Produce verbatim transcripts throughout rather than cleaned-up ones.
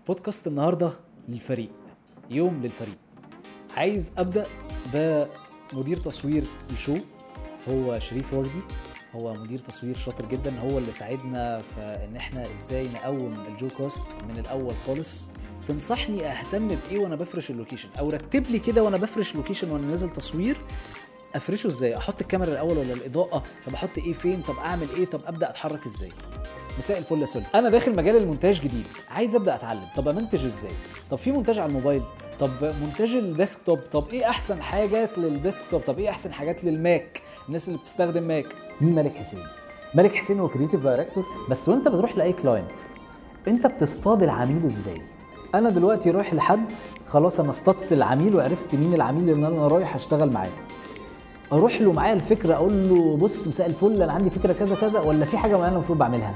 بودكاست النهارده للفريق، يوم للفريق. عايز ابدا بمدير تصوير الشو، هو شريف وجدي. هو مدير تصوير شاطر جدا، هو اللي ساعدنا في ان احنا ازاي نقوم الجو كاست من الاول خالص. تنصحني اهتم بايه وانا بفرش اللوكيشن، او رتب لي كده وانا بفرش اللوكيشن وانا نازل تصوير افرشه ازاي؟ احط الكاميرا الاول ولا الاضاءه؟ طب احط ايه فين؟ طب اعمل ايه؟ طب ابدا اتحرك ازاي؟ مساء الفل يا سولي. انا داخل مجال المونتاج جديد، عايز ابدا اتعلم. طب امنتج ازاي؟ طب في مونتاج على الموبايل، طب مونتاج الديسكتوب، طب ايه احسن حاجات للديسكتوب، طب ايه احسن حاجات للماك، الناس اللي بتستخدم ماك. مين مالك حسين؟ مالك حسين هو كرييتيف دايركتور. بس وانت بتروح لاي كلاينت انت بتصطاد العميل ازاي؟ انا دلوقتي رايح لحد، خلاص انا اصطدت العميل وعرفت مين العميل اللي انا رايح اشتغل معاه. اروح له معايا الفكره، اقول له بص مساء الفل انا عندي فكره كذا كذا، ولا في حاجه معينه المفروض بعملها؟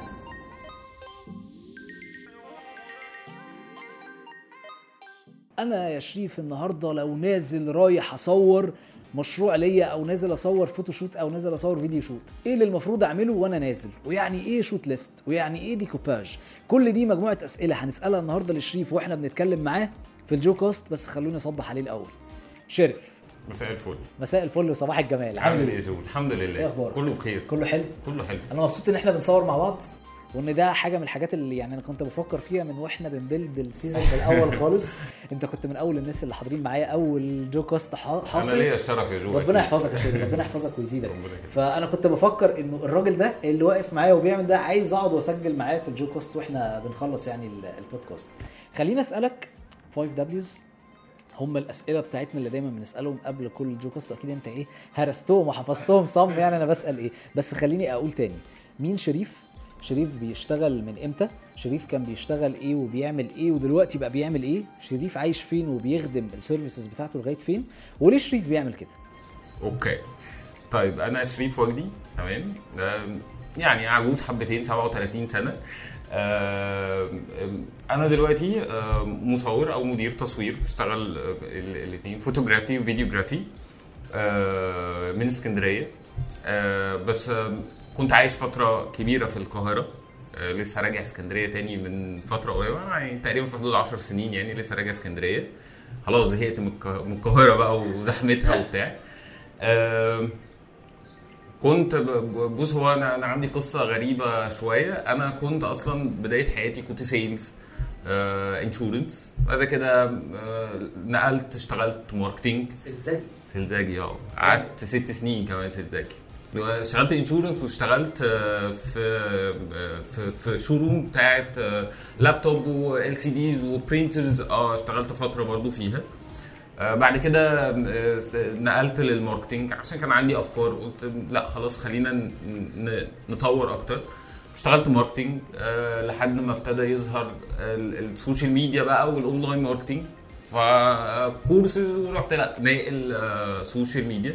انا يا شريف النهارده لو نازل رايح اصور مشروع ليا، او نازل اصور فوتوشوت، او نازل اصور فيديو شوت، ايه اللي المفروض اعمله وانا نازل؟ ويعني ايه شوت ليست؟ ويعني ايه ديكوباج؟ كل دي مجموعه اسئله هنسالها النهارده لشريف واحنا بنتكلم معاه في الجو كاست. بس خلوني اصبح عليه الاول. شريف مساء الفل. مساء الفل وصباح الجمال. عامل ايه يا جو؟ الحمد لله. ايه اخبارك؟ كله بخير. كله حلو. كله حلو. انا مبسوط ان احنا بنصور مع بعض، وان ده حاجه من الحاجات اللي يعني انا كنت بفكر فيها من واحنا بنبلد السيزون الاول خالص. انت كنت من اول الناس اللي حاضرين معايا اول جو كاست حاصل. انا ليا الشرف يا جو. ربنا يحفظك يا شيخ، ربنا يحفظك ويزيدك. فانا كنت بفكر انه الراجل ده اللي واقف معايا وبيعمل ده عايز اقعد واسجل معاه في الجو كاست واحنا بنخلص يعني البودكاست. خليني اسالك خمسة دبليوز، هم الاسئله بتاعتنا اللي دايما بنسالهم قبل كل جو كاست، اكيد انت ايه هرستهم وحفظتهم صم يعني انا بسال ايه. بس خليني اقول تاني، مين شريف؟ شريف بيشتغل من امتى؟ شريف كان بيشتغل ايه وبيعمل ايه ودلوقتي بقى بيعمل ايه؟ شريف عايش فين وبيخدم السيرفيسز بتاعته لغايه فين؟ وليه شريف بيعمل كده؟ اوكي طيب، انا شريف وجدي، تمام، يعني عجوز حبتين، سبعة وثلاثين سنه. انا دلوقتي مصور او مدير تصوير، بشتغل الاثنين، فوتوغرافي وفيديوغرافي، من اسكندريه. بس كنت عايش فتره كبيره في القاهره، لسه راجع اسكندريه تاني من فتره قريبه، يعني تقريبا في حدود عشر سنين، يعني لسه راجع اسكندريه، خلاص زهقت من القاهره بقى وزحمتها وبتاع. كنت بص، هو انا انا عندي قصه غريبه شويه. انا كنت اصلا بدايه حياتي كنت سيلز انشورنس، بعد كده آه نقلت اشتغلت ماركتينج. سلزاجي سلزاجي اه قعدت ست سنين كمان سلزاجي. اشتغلت انشورنس، واشتغلت في في في شوروم بتاعت لابتوب وال سي ديز وبرينترز. اه اشتغلت فتره برضو فيها. بعد كده نقلت للماركتينج عشان كان عندي افكار، قلت لا خلاص خلينا نطور اكتر. اشتغلت ماركتينج لحد ما ابتدى يظهر السوشيال ميديا بقى والاونلاين ماركتينج، فكورسز ورحت لا ناقل سوشيال ميديا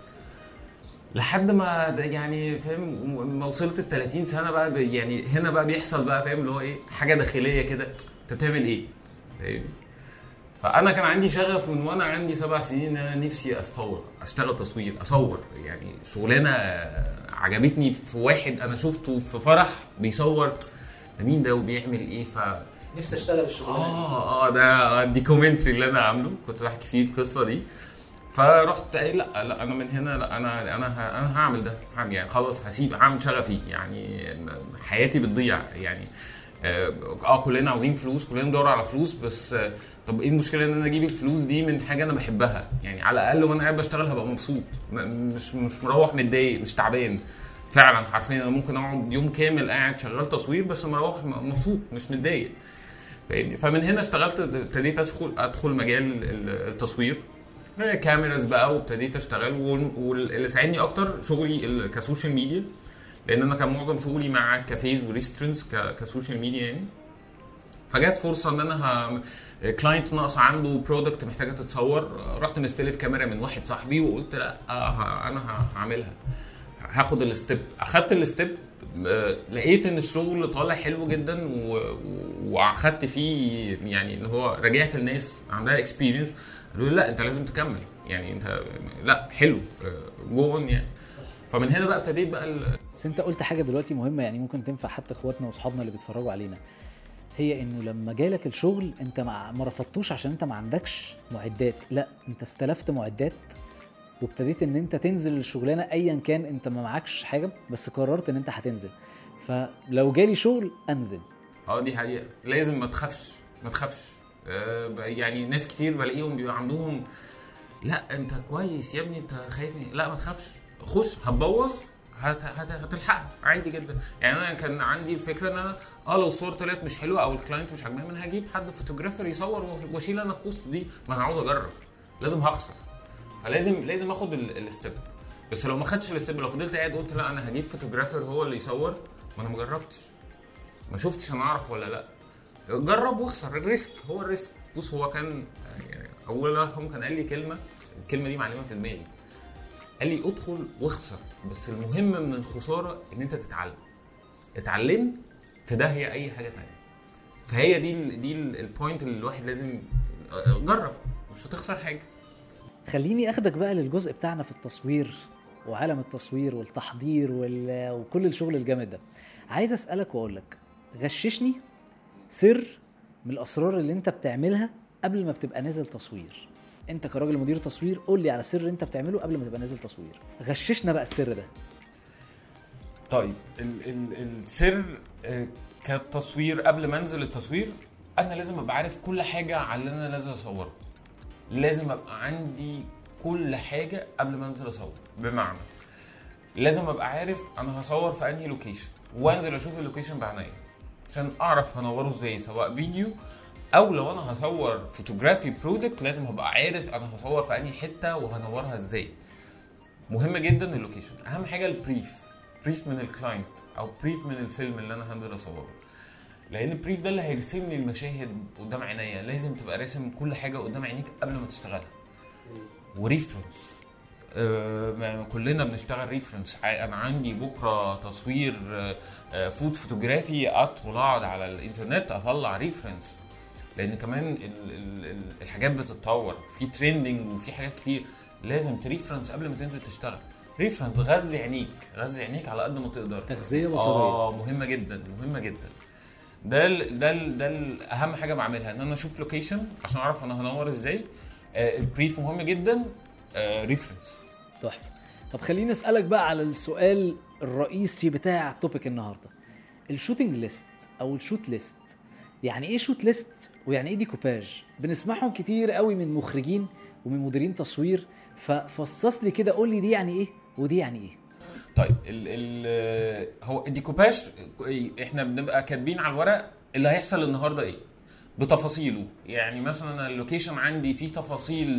لحد ما يعني فاهم، ما وصلت ال ثلاثين سنه بقى. يعني هنا بقى بيحصل بقى فاهم اللي هو ايه، حاجه داخليه كده، انت بتعمل ايه فاهم. فانا كان عندي شغف من وانا عندي سبع سنين، انا نفسي استور اشتغل تصوير، اصور. يعني شغلانه عجبتني في واحد انا شفته في فرح بيصور، ده مين ده وبيعمل ايه، ف نفسي اشتغل الشغلانه اه اه ده الديكومنتري اللي انا عامله كنت بحكي فيه القصه دي. فرحت قايل لا لا انا من هنا، لا انا انا انا هعمل ده، هعمل يعني خلاص هسيب، هعمل شغفي، يعني حياتي بتضيع يعني. اه كلنا عاوزين فلوس، كلنا بندور على فلوس، بس طب ايه المشكله ان انا اجيب الفلوس دي من حاجه انا بحبها؟ يعني على الاقل وانا قاعد بشتغل هبقى مبسوط، مش مش مروح متضايق، مش تعبان. فعلا حرفيا انا ممكن اقعد يوم كامل قاعد شغال تصوير بس مروح مبسوط مش متضايق فاهمني. فمن هنا اشتغلت، ابتديت ادخل ادخل مجال التصوير، كاميراز بقى، وابتديت اشتغل. واللي ساعدني اكتر شغلي كسوشيال ميديا، لان انا كان معظم شغلي مع كافيز وريستورنتس كسوشيال ميديا يعني. فجات فرصه ان انا كلاينت ناقص عنده برودكت محتاجه تتصور، رحت مستلف كاميرا من واحد صاحبي وقلت لا انا هعملها، هاخد الستيب. اخدت الستيب، لقيت ان الشغل طالع حلو جدا، واخدت فيه يعني اللي هو رجعت الناس عندها اكسبيرينس قالوا لا انت لازم تكمل، يعني انت لا حلو جون يعني. فمن هنا بقى ابتديت بقى ال... بس انت قلت حاجه دلوقتي مهمه، يعني ممكن تنفع حتى اخواتنا واصحابنا اللي بيتفرجوا علينا. هي انه لما جالك الشغل انت ما ما رفضتوش عشان انت ما عندكش معدات، لا انت استلفت معدات وابتديت ان انت تنزل الشغلانه ايا كان انت ما معكش حاجه، بس قررت ان انت هتنزل. فلو جالي شغل انزل. اه دي حقيقه، لازم ما تخافش ما تخافش. آه يعني ناس كتير بلاقيهم بيبقى عندهم لا انت كويس يا ابني انت خايفني، لا ما تخافش، خش هتبوظ هت... هت... هتلحقها عادي جدا. يعني انا كان عندي الفكره ان انا اه لو الصور طلعت مش حلوه او الكلاينت مش عاجباه، انا هجيب حد فوتوغرافر يصور واشيل انا الكوست دي، ما انا عاوز اجرب، لازم هخسر، فلازم لازم اخد الستيب. بس لو ما خدتش الستيب، لو فضلت قاعد قلت لا انا هجيب فوتوغرافر هو اللي يصور، ما انا ما جربتش، ما شفتش انا اعرف ولا لا. جرب واخسر، الريسك هو الريسك. بص هو كان يعني اول رقم كان قال لي كلمه، الكلمه دي معلمه في دماغي، قال لي ادخل واخسر، بس المهم من الخساره ان انت تتعلم. اتعلم في ده هي اي حاجه تانية. فهي دي ال دي البوينت اللي الواحد لازم جرب، مش هتخسر حاجه. خليني اخدك بقى للجزء بتاعنا في التصوير وعالم التصوير والتحضير وال... وكل الشغل الجامد ده. عايز اسالك واقول لك، غششني سر من الاسرار اللي انت بتعملها قبل ما بتبقى نازل تصوير. انت كراجل مدير تصوير قول لي على سر انت بتعمله قبل ما تبقى نازل تصوير، غششنا بقى السر ده. طيب ال ال السر كتصوير قبل ما انزل التصوير، انا لازم ابقى عارف كل حاجه على اللي انا نازل اصوره. لازم ابقى عندي كل حاجه قبل ما انزل اصور. بمعنى لازم ابقى عارف انا هصور في انهي لوكيشن، وانزل اشوف اللوكيشن بعناية عشان اعرف هنوره ازاي، سواء فيديو او لو انا هصور فوتوغرافي برودكت لازم ابقى عارف انا هصور في انهي حته وهنورها ازاي. مهم جدا اللوكيشن. اهم حاجه البريف، بريف من الكلاينت او بريف من الفيلم اللي انا هنزل اصوره، لان البريف ده اللي هيرسم لي المشاهد قدام عينيا. لازم تبقى راسم كل حاجه قدام عينيك قبل ما تشتغلها. وريفرنس، آه كلنا بنشتغل ريفرنس. انا عندي بكره تصوير آه فود فوتوغرافي، ادخل اقعد على الانترنت اطلع ريفرنس، لان كمان ال ال الحاجات بتتطور، في تريندنج وفي حاجات كتير، لازم تريفرنس قبل ما تنزل تشتغل. ريفرنس، غذي عينيك، غذي عينيك على قد ما تقدر. تغذيه بصريه اه مهمه جدا مهمه جدا. ده ال ده ال ده ال اهم حاجه بعملها، ان انا اشوف لوكيشن عشان اعرف انا هنور ازاي. آه البريف مهم جدا. آه ريفرنس تحفه. طب خليني اسالك بقى على السؤال الرئيسي بتاع التوبيك النهارده، الشوتنج ليست او الشوت ليست. يعني ايه شوت ليست ويعني ايه ديكوباج؟ بنسمعهم كتير قوي من مخرجين ومن مديرين تصوير، ففصص لي كده، قول لي دي يعني ايه ودي يعني ايه. طيب ال ال هو الديكوباج احنا بنبقى كاتبين على الورق اللي هيحصل النهارده ايه بتفاصيله. يعني مثلا اللوكيشن عندي فيه تفاصيل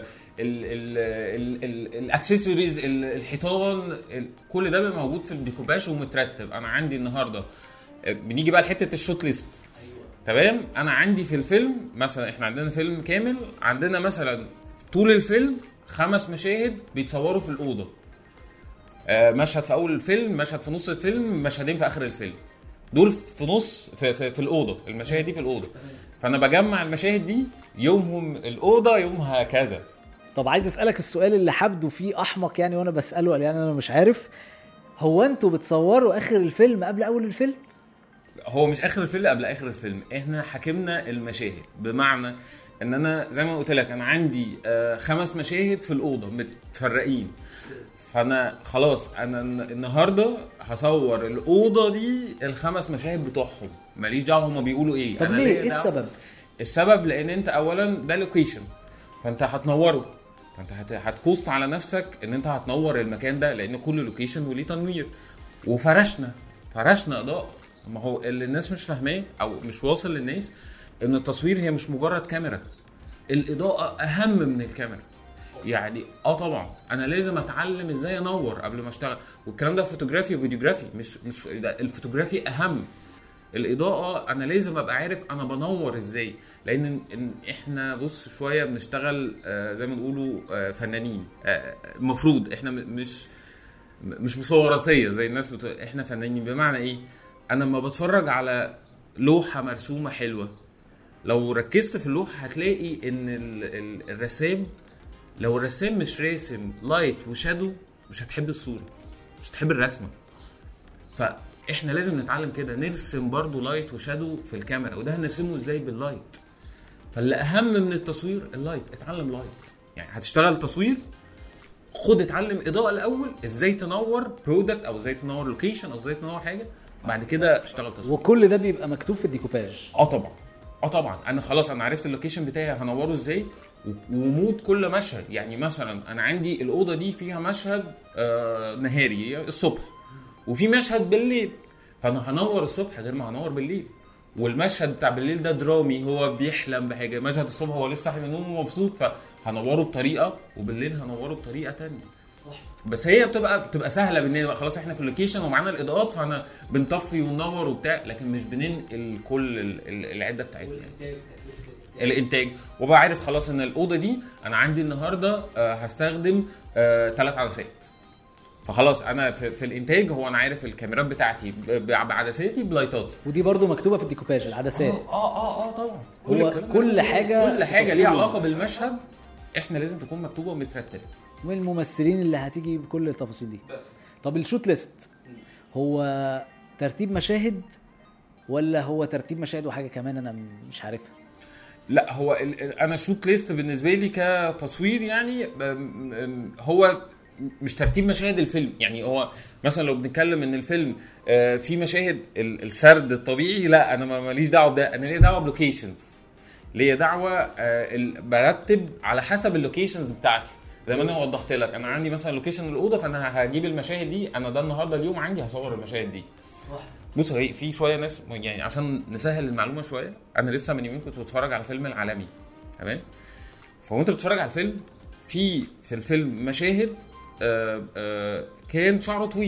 الاكسسوارز، الحيطان، كل ده بيبقى موجود في الديكوباج ومترتب. انا عندي النهارده بنيجي بقى لحته الشوت ليست. تمام، انا عندي في الفيلم مثلا، احنا عندنا فيلم كامل، عندنا مثلا طول الفيلم خمس مشاهد بيتصوروا في الاوضه، مشهد في اول الفيلم، مشهد في نص الفيلم، مشهدين في اخر الفيلم. دول في نص في, في, في الاوضه، المشاهد دي في الاوضه. فانا بجمع المشاهد دي يومهم الاوضه يومها كذا. طب عايز اسالك السؤال اللي حبده فيه احمق يعني وانا بساله، يعني انا مش عارف، هو انتوا بتصوروا اخر الفيلم قبل اول الفيلم؟ هو مش اخر الفيلم قبل اخر الفيلم، احنا حكمنا المشاهد. بمعنى ان انا زي ما قلت لك انا عندي خمس مشاهد في الاوضه متفرقين، فانا خلاص انا النهارده هصور الاوضه دي الخمس مشاهد بتوعهم، ماليش دعوه هما بيقولوا ايه. طب ليه؟ ايه السبب؟ السبب لان انت اولا ده لوكيشن، فانت هتنوره، فانت هتكوست على نفسك ان انت هتنور المكان ده، لان كل لوكيشن وليه تنوير. وفرشنا فرشنا اضاءه. ما هو اللي الناس مش فاهماه او مش واصل للناس ان التصوير هي مش مجرد كاميرا، الاضاءه اهم من الكاميرا. يعني اه طبعا انا لازم اتعلم ازاي انور قبل ما اشتغل، والكلام ده فوتوغرافي وفيديوغرافي، مش مش الفوتوغرافي اهم. الاضاءه انا لازم ابقى عارف انا بنور ازاي، لان إن احنا بص شويه بنشتغل آه زي ما بيقولوا آه فنانين. المفروض آه احنا مش مش مصوراتيه زي الناس بتقول، احنا فنانين. بمعنى ايه؟ انا لما بتفرج على لوحه مرسومه حلوه، لو ركزت في اللوحه هتلاقي ان الرسام، لو الرسام مش راسم لايت وشادو مش هتحب الصوره، مش هتحب الرسمه. احنا لازم نتعلم كده نرسم برضو لايت وشادو في الكاميرا، وده هنرسمه ازاي؟ باللايت. فاللي اهم من التصوير اللايت، اتعلم لايت. يعني هتشتغل تصوير، خد اتعلم اضاءه الاول، ازاي تنور برودكت او ازاي تنور لوكيشن او ازاي تنور حاجه، بعد كده اشتغل تصوير. وكل ده بيبقى مكتوب في الديكوباج. اه طبعا اه طبعا انا خلاص انا عرفت اللوكيشن بتاعي هنوره ازاي، ومود كل مشهد. يعني مثلا انا عندي الاوضه دي فيها مشهد آه نهاري الصبح، وفي مشهد بالليل، فانا هنور الصبح غير ما هنور بالليل. والمشهد بتاع بالليل ده درامي، هو بيحلم بحاجه. مشهد الصبح هو لسه صاحي من النوم ومبسوط، فهنوره بطريقه، وبالليل هنوره بطريقه تانية. بس هي بتبقى بتبقى سهله بالنسبه خلاص احنا في اللوكيشن ومعانا الاضاءات، فانا بنطفي وننور وبتاع، لكن مش بننقل كل العده بتاعتنا. الانتاج وبقى عارف خلاص ان الاوضه دي انا عندي النهارده هستخدم ثلاث عدسات، فخلاص انا في, في الانتاج هو انا عارف الكاميرات بتاعتي بعدساتي بلايتاتي، ودي برضو مكتوبه في الديكوباج العدسات. اه اه اه طبعا هو كل, كل حاجه كل حاجه ليها علاقه بالمشهد احنا لازم تكون مكتوبه ومترتبه، والممثلين اللي هتيجي بكل التفاصيل دي. بس. طب الشوت ليست هو ترتيب مشاهد ولا هو ترتيب مشاهد وحاجه كمان انا مش عارفها؟ لا هو انا شوت ليست بالنسبه لي كتصوير يعني هو مش ترتيب مشاهد الفيلم. يعني هو مثلا لو بنتكلم ان الفيلم في مشاهد السرد الطبيعي، لا انا ماليش دعوه بده، انا ليا دعوه بلوكيشنز، ليا دعوه برتب على حسب اللوكيشنز بتاعتي. زي ما انا وضحت لك، انا عندي مثلا لوكيشن الاوضه، فانا هجيب المشاهد دي، انا ده النهارده اليوم عندي هصور المشاهد دي. بص هي في شويه ناس يعني عشان نسهل المعلومه شويه، انا لسه من يومين كنت بتفرج على فيلم العالمي، تمام؟ فوانت بتتفرج على الفيلم، في في الفيلم مشاهد آآ آآ كان شعره طويل،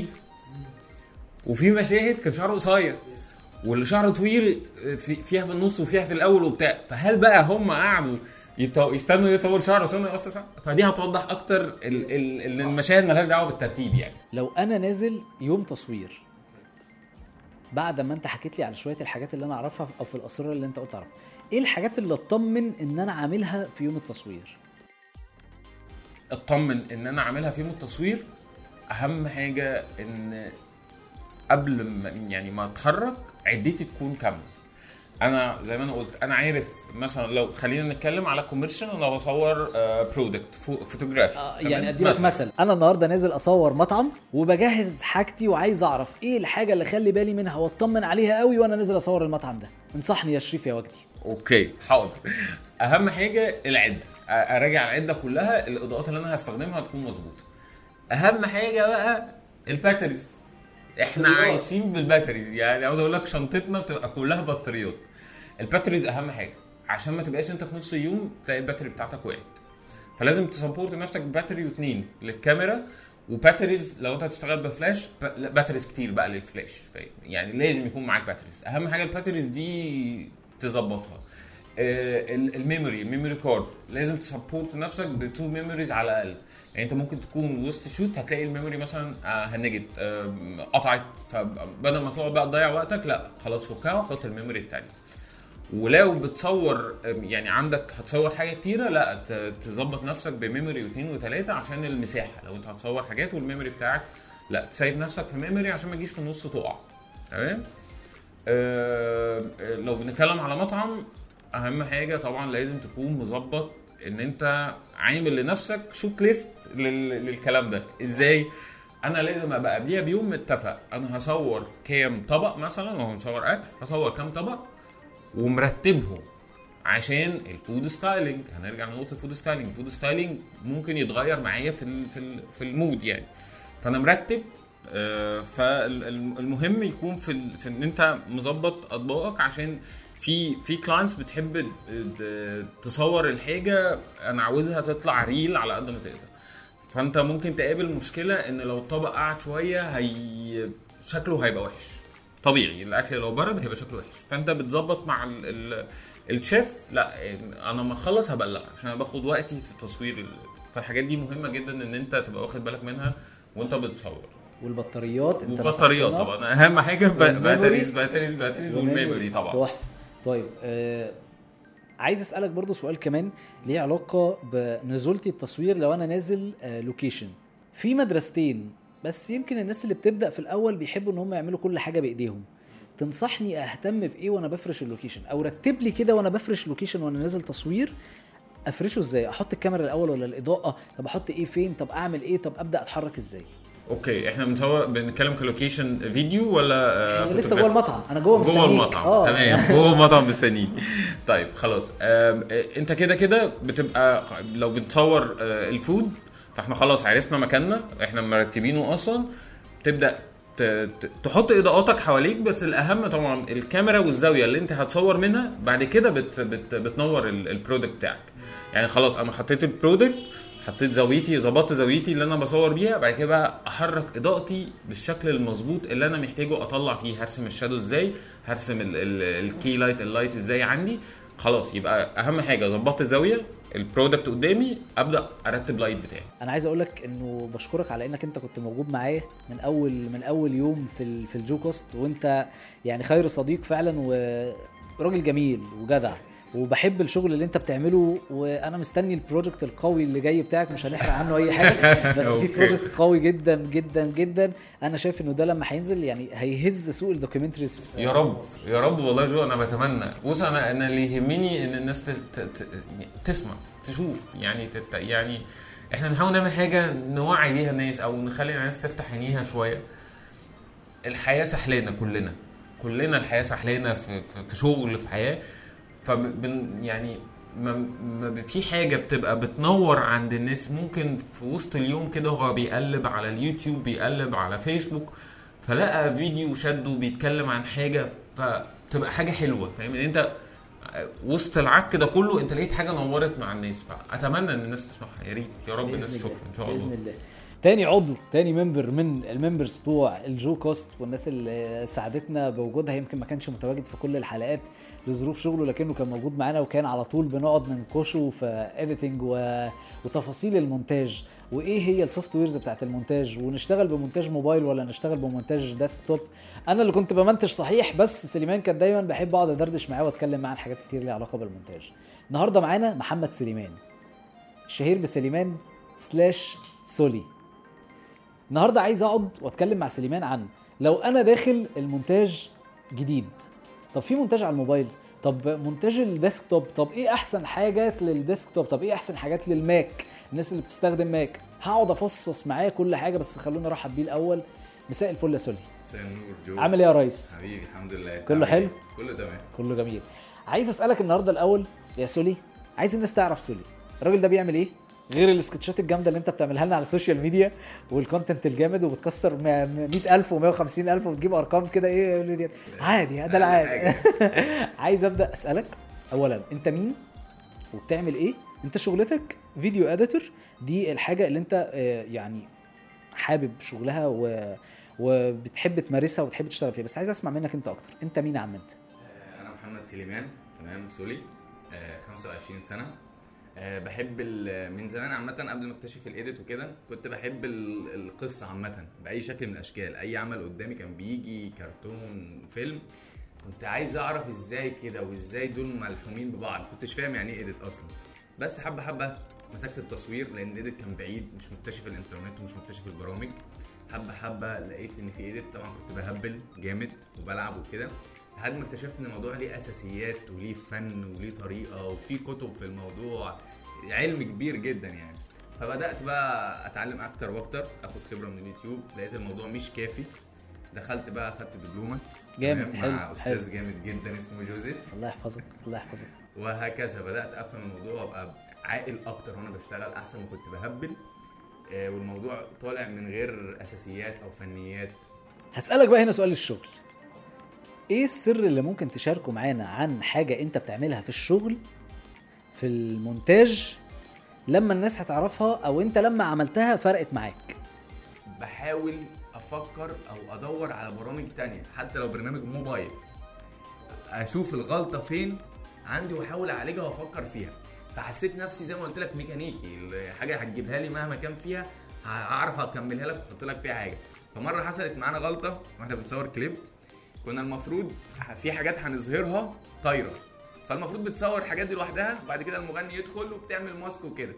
وفي مشاهد كان شعره قصير، واللي شعره طويل في فيها في النص وفيها في الاول وبتاع. فهل بقى هم قعدوا يستنوا يطول شعره وسنه يقصر شعره؟ فدي هتوضح اكتر ان المشاهد مالهاش دعوه بالترتيب. يعني لو انا نازل يوم تصوير، بعد ما انت حكيت لي على شويه الحاجات اللي انا اعرفها او في الاسرار اللي انت قلت اعرفها، ايه الحاجات اللي اطمن ان انا عاملها في يوم التصوير؟ اطمن ان انا عاملها في يوم التصوير، اهم حاجه ان قبل ما يعني ما اتحرك عدتي تكون كامله. انا زي ما انا قلت انا عارف مثلا لو خلينا نتكلم على كوميرشال، انا بصور برودكت فوتوغرافي آه يعني ادي لك مثلا، انا النهارده نازل اصور مطعم وبجهز حاجتي وعايز اعرف ايه الحاجه اللي خلي بالي منها واطمن عليها قوي وانا نازل اصور المطعم ده. انصحني يا شريف يا وجدي. اوكي حاضر. اهم حاجه العده، اراجع العده كلها، الاضاءات اللي انا هستخدمها تكون مظبوطه. اهم حاجه بقى الباتريز، احنا عايشين بالباتريز. يعني عاوز اقول لك شنطتنا بتبقى كلها بطاريات. الباتريز اهم حاجه عشان ما تبقاش انت في نص يوم تلاقي الباتري بتاعتك وقعت. فلازم تسبورت نفسك بباتري واثنين للكاميرا، وباتريز لو انت هتشتغل بفلاش باتريز كتير بقى للفلاش. يعني لازم يكون معاك باتريز. اهم حاجه الباتريز دي تظبطها. آه الميموري الميموري كارد لازم تسبورت نفسك بتو ميموريز على الاقل. يعني انت ممكن تكون وسط شوت هتلاقي الميموري مثلا آه هنجت آه قطعت، فبدل ما تقعد بقى تضيع وقتك لا خلاص فكها وحط الميموري الثانيه. ولو بتصور يعني عندك هتصور حاجه كتيره، لا تظبط نفسك بميموري واثنين وثلاثه عشان المساحه. لو انت هتصور حاجات والميموري بتاعك لا تسيب نفسك في ميموري عشان ما تجيش في النص تقع. تمام؟ أه لو بنتكلم على مطعم، اهم حاجه طبعا لازم تكون مظبط ان انت عامل لنفسك شوت ليست للكلام ده. ازاي؟ انا لازم ابقى قبليها بيوم متفق انا هصور كام طبق، مثلا لو هنصور اكل هصور كام طبق ومرتبهم عشان الفود ستايلينج. هنرجع لنقطه الفود ستايلينج. الفود ستايلينج ممكن يتغير معايا في في في المود يعني، فانا مرتب. آه فالمهم يكون في في ان انت مظبط اطباقك، عشان في في كلاينتس بتحب تصور الحاجه انا عاوزها تطلع ريل على قد ما تقدر. فانت ممكن تقابل مشكله ان لو الطبق قعد شويه هي شكله هيبقى وحش. طبيعي الاكل لو برد هيبقى شكله وحش، فانت بتظبط مع ال ال الشيف لا انا ما اخلص هبلغ عشان انا باخد وقتي في التصوير. فالحاجات دي مهمه جدا ان انت تبقى واخد بالك منها وانت بتصور. والبطاريات انت والبطاريات طبعا اهم حاجه. باتريز باتريز باتريز والميموري طبعا. طيب آه عايز اسالك برضو سؤال كمان ليه علاقه بنزولتي التصوير. لو انا نازل آه لوكيشن في مدرستين بس يمكن الناس اللي بتبدا في الاول بيحبوا ان هم يعملوا كل حاجه بايديهم. تنصحني اهتم بايه وانا بفرش اللوكيشن؟ او رتب لي كده وانا بفرش اللوكيشن وانا نازل تصوير افرشه ازاي؟ احط الكاميرا الاول ولا الاضاءه؟ طب احط ايه فين؟ طب اعمل ايه؟ طب ابدا اتحرك ازاي؟ اوكي احنا بنصور بنتكلم كلوكيشن فيديو ولا آه لسه جوه المطعم؟ انا جوه مستنيك. جوه المطعم آه. تمام جوه المطعم مستنيك. طيب خلاص انت كده كده بتبقى لو بنصور الفود فاحنا خلاص عرفنا مكاننا احنا مرتبينه اصلا. تبدا تحط اضاءاتك حواليك بس الاهم طبعا الكاميرا والزاويه اللي انت هتصور منها. بعد كده بت بت بتنور البرودكت بتاعك. يعني خلاص انا حطيت البرودكت حطيت زاويتي ظبطت زاويتي اللي انا بصور بيها. بعد كده بقى احرك اضاءتي بالشكل المظبوط اللي انا محتاجه اطلع فيه. هرسم الشادو ازاي هرسم الكي لايت اللايت ازاي عندي. خلاص يبقى اهم حاجه ظبطت الزاويه البرودكت قدامي ابدا ارتب لايت بتاعي. انا عايز اقول لك انه بشكرك على انك انت كنت موجود معايا من اول من اول يوم في في الجو كوست. وانت يعني خير صديق فعلا وراجل جميل وجدع وبحب الشغل اللي انت بتعمله. وانا مستني البروجكت القوي اللي جاي بتاعك. مش هنحرق عنه اي حاجه بس في بروجكت قوي جدا جدا جدا. انا شايف انه ده لما هينزل يعني هيهز سوق الدوكيومنتريز. يا رب يا رب والله جو انا بتمنى. بص انا انا اللي يهمني ان الناس تسمع تشوف يعني تت يعني احنا بنحاول نعمل حاجه نوعي بيها الناس او نخلي الناس تفتح عينيها شويه. الحياه سحلانه كلنا كلنا الحياه سحلانه في في شغل في حياه. فبن يعني ما ما في حاجه بتبقى بتنور عند الناس. ممكن في وسط اليوم كده هو بيقلب على اليوتيوب بيقلب على فيسبوك فلقى فيديو شده بيتكلم عن حاجه فتبقى حاجه حلوه. فاهم ان انت وسط العك ده كله انت لقيت حاجه نورت مع الناس. فاتمنى ان الناس تسمعها يا ريت يا رب الناس تشوفها ان شاء الله باذن الله. تاني عضو تاني ممبر من الممبرز بتوع الجو كوست والناس اللي ساعدتنا بوجودها. يمكن ما كانش متواجد في كل الحلقات لظروف شغله لكنه كان موجود معانا وكان على طول بنقعد ننكشه في اديتنج و... وتفاصيل المونتاج وايه هي السوفت ويرز بتاعت المونتاج ونشتغل بمونتاج موبايل ولا نشتغل بمونتاج ديسكتوب. انا اللي كنت بمنتج صحيح بس سليمان كان دايما بحب اقعد ادردش معاه واتكلم معاه عن حاجات كتير ليها علاقه بالمونتاج. النهارده معانا محمد سليمان الشهير بسليمان سلاش سولي. النهارده عايز اقعد واتكلم مع سليمان عن لو انا داخل المونتاج جديد. طب في مونتاج على الموبايل؟ طب مونتاج الديسكتوب؟ طب ايه احسن حاجات للديسكتوب؟ طب ايه احسن حاجات للماك؟ الناس اللي بتستخدم ماك هقعد افصص معاه كل حاجه. بس خلونا نرحب بيه الاول. مساء الفل يا سولي. مساء النور جو. عامل ايه يا ريس؟ حبيبي الحمد لله. كله حلو؟ كله تمام كله جميل. عايز اسالك النهارده الاول يا سولي، عايز الناس تعرف سولي الراجل ده بيعمل ايه غير السكتشات الجامده اللي انت بتعملها لنا على السوشيال ميديا والكونتنت الجامد وبتكسر مية ألف ومية وخمسين ألف وتجيب ارقام كده ايه عادي هذا العادي. عايز ابدا اسالك اولا انت مين وبتعمل ايه؟ انت شغلتك فيديو اديتور، دي الحاجه اللي انت يعني حابب شغلها و... وبتحب تمارسها وبتحب تشتغل فيها. بس عايز اسمع منك انت اكتر. انت مين يا عم انت؟ انا محمد سليمان تمام سولي خمسة وعشرين سنه. أه بحب من زمان عامه قبل ما اكتشف الايديت وكده كنت بحب القصه عامه باي شكل من الاشكال. اي عمل قدامي كان بيجي كرتون فيلم كنت عايز اعرف ازاي كده وازاي دول ملحومين ببعض. كنتش فاهم يعني ايه ايديت اصلا. بس حبه حبه مسكت التصوير لان الايديت كان بعيد مش مكتشف الانترنت ومش مكتشف البرامج. حبه حبه لقيت ان في ايديت. طبعا كنت بهبل جامد وبلعب وكده لحد ما اكتشفت ان الموضوع ليه اساسيات وليه فن وليه طريقه وفي كتب في الموضوع علم كبير جدا يعني. فبدات بقى اتعلم اكتر واكتر اخد خبره من اليوتيوب. لقيت الموضوع مش كافي دخلت بقى اخدت دبلومه جامد حلو مع استاذ حلو. جامد جدا اسمه جوزيف الله يحفظك الله يحفظك. وهكذا بدات افهم الموضوع وابقى عاقل اكتر وانا بشتغل احسن ما كنت بهبل. آه والموضوع طالع من غير اساسيات او فنيات. هسالك بقى هنا سؤال الشغل. ايه السر اللي ممكن تشاركه معانا عن حاجه انت بتعملها في الشغل في المونتاج لما الناس هتعرفها او انت لما عملتها فرقت معاك؟ بحاول افكر او ادور على برامج تانية حتى لو برنامج موبايل اشوف الغلطه فين عندي واحاول اعالجها وافكر فيها. فحسيت نفسي زي ما قلت لك ميكانيكي. الحاجه هتجيبها لي مهما كان فيها هعرف اكملها لك واحط لك فيها حاجه. فمره حصلت معانا غلطه واحنا بنصور كليب كنا المفروض في حاجات هنظهرها طايره فالمفروض بتصور حاجات دي لوحدها وبعد كده المغني يدخل وبتعمل ماسك وكده.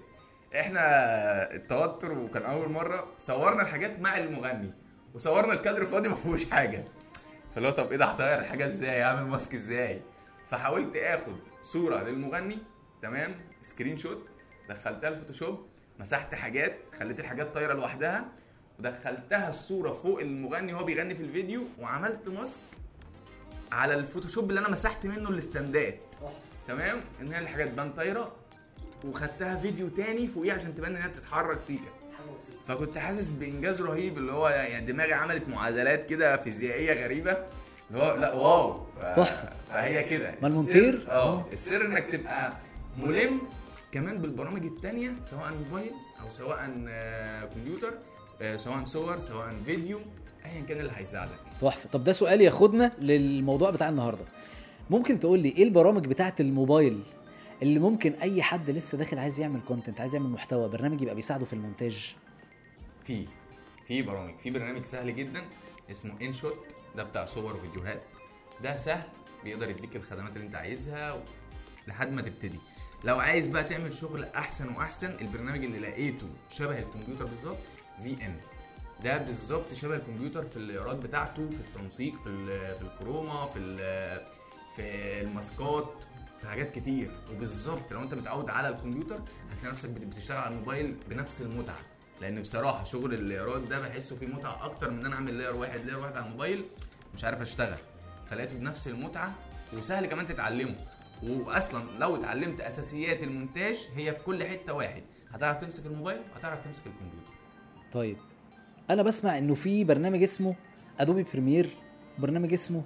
احنا التوتر وكان اول مره صورنا الحاجات مع المغني وصورنا الكادر فاضي ما فيهوش حاجه، فاللي هو طب ايه ده هغير الحاجه ازاي، اعمل ماسك ازاي؟ فحاولت اخد صوره للمغني تمام سكرين شوت، دخلتها الفوتوشوب، مسحت حاجات، خليت الحاجات طايره لوحدها، ودخلتها الصوره فوق المغني وهو بيغني في الفيديو، وعملت ماسك على الفوتوشوب اللي انا مسحت منه الاستندات تمام ان هي الحاجات تبان طايره، وخدتها فيديو تاني فوقيه عشان تبان انها بتتحرك سيكا. فكنت حاسس بانجاز رهيب، اللي هو يعني دماغي عملت معادلات كده فيزيائيه غريبه، اللي هو لا واو تحفه. فهي كده ما المونتير اه السر انك تبقى ملم كمان بالبرامج التانية، سواء موبايل او سواء كمبيوتر، سواء صور سواء فيديو، ايا كان اللي هيساعدك. تحفه. طب ده سؤال ياخدنا للموضوع بتاع النهارده. ممكن تقول لي ايه البرامج بتاعه الموبايل اللي ممكن اي حد لسه داخل عايز يعمل كونتنت، عايز يعمل محتوى، برنامج يبقى بيساعده في المونتاج؟ في في برامج، في برنامج سهل جدا اسمه انشوت، ده بتاع صور وفيديوهات، ده سهل بيقدر يديك الخدمات اللي انت عايزها و... لحد ما تبتدي. لو عايز بقى تعمل شغل احسن واحسن، البرنامج اللي لقيته شبه الكمبيوتر بالظبط في ان، ده بالظبط شبه الكمبيوتر في الايراد بتاعته، في التنسيق، في في الكروما، في في الماسكات، في حاجات كتير. وبالظبط لو انت متعود على الكمبيوتر هتلاقي نفسك بتشتغل على الموبايل بنفس المتعه، لان بصراحه شغل الايراد ده بحسه فيه متعه اكتر من ان انا اعمل لاير واحد لاير واحد على الموبايل مش عارف اشتغل، فلقيته بنفس المتعه وسهل كمان تتعلمه. واصلا لو اتعلمت اساسيات المونتاج هي في كل حته واحد، هتعرف تمسك الموبايل وهتعرف تمسك الكمبيوتر. طيب انا بسمع انه في برنامج اسمه ادوبي بريمير، برنامج اسمه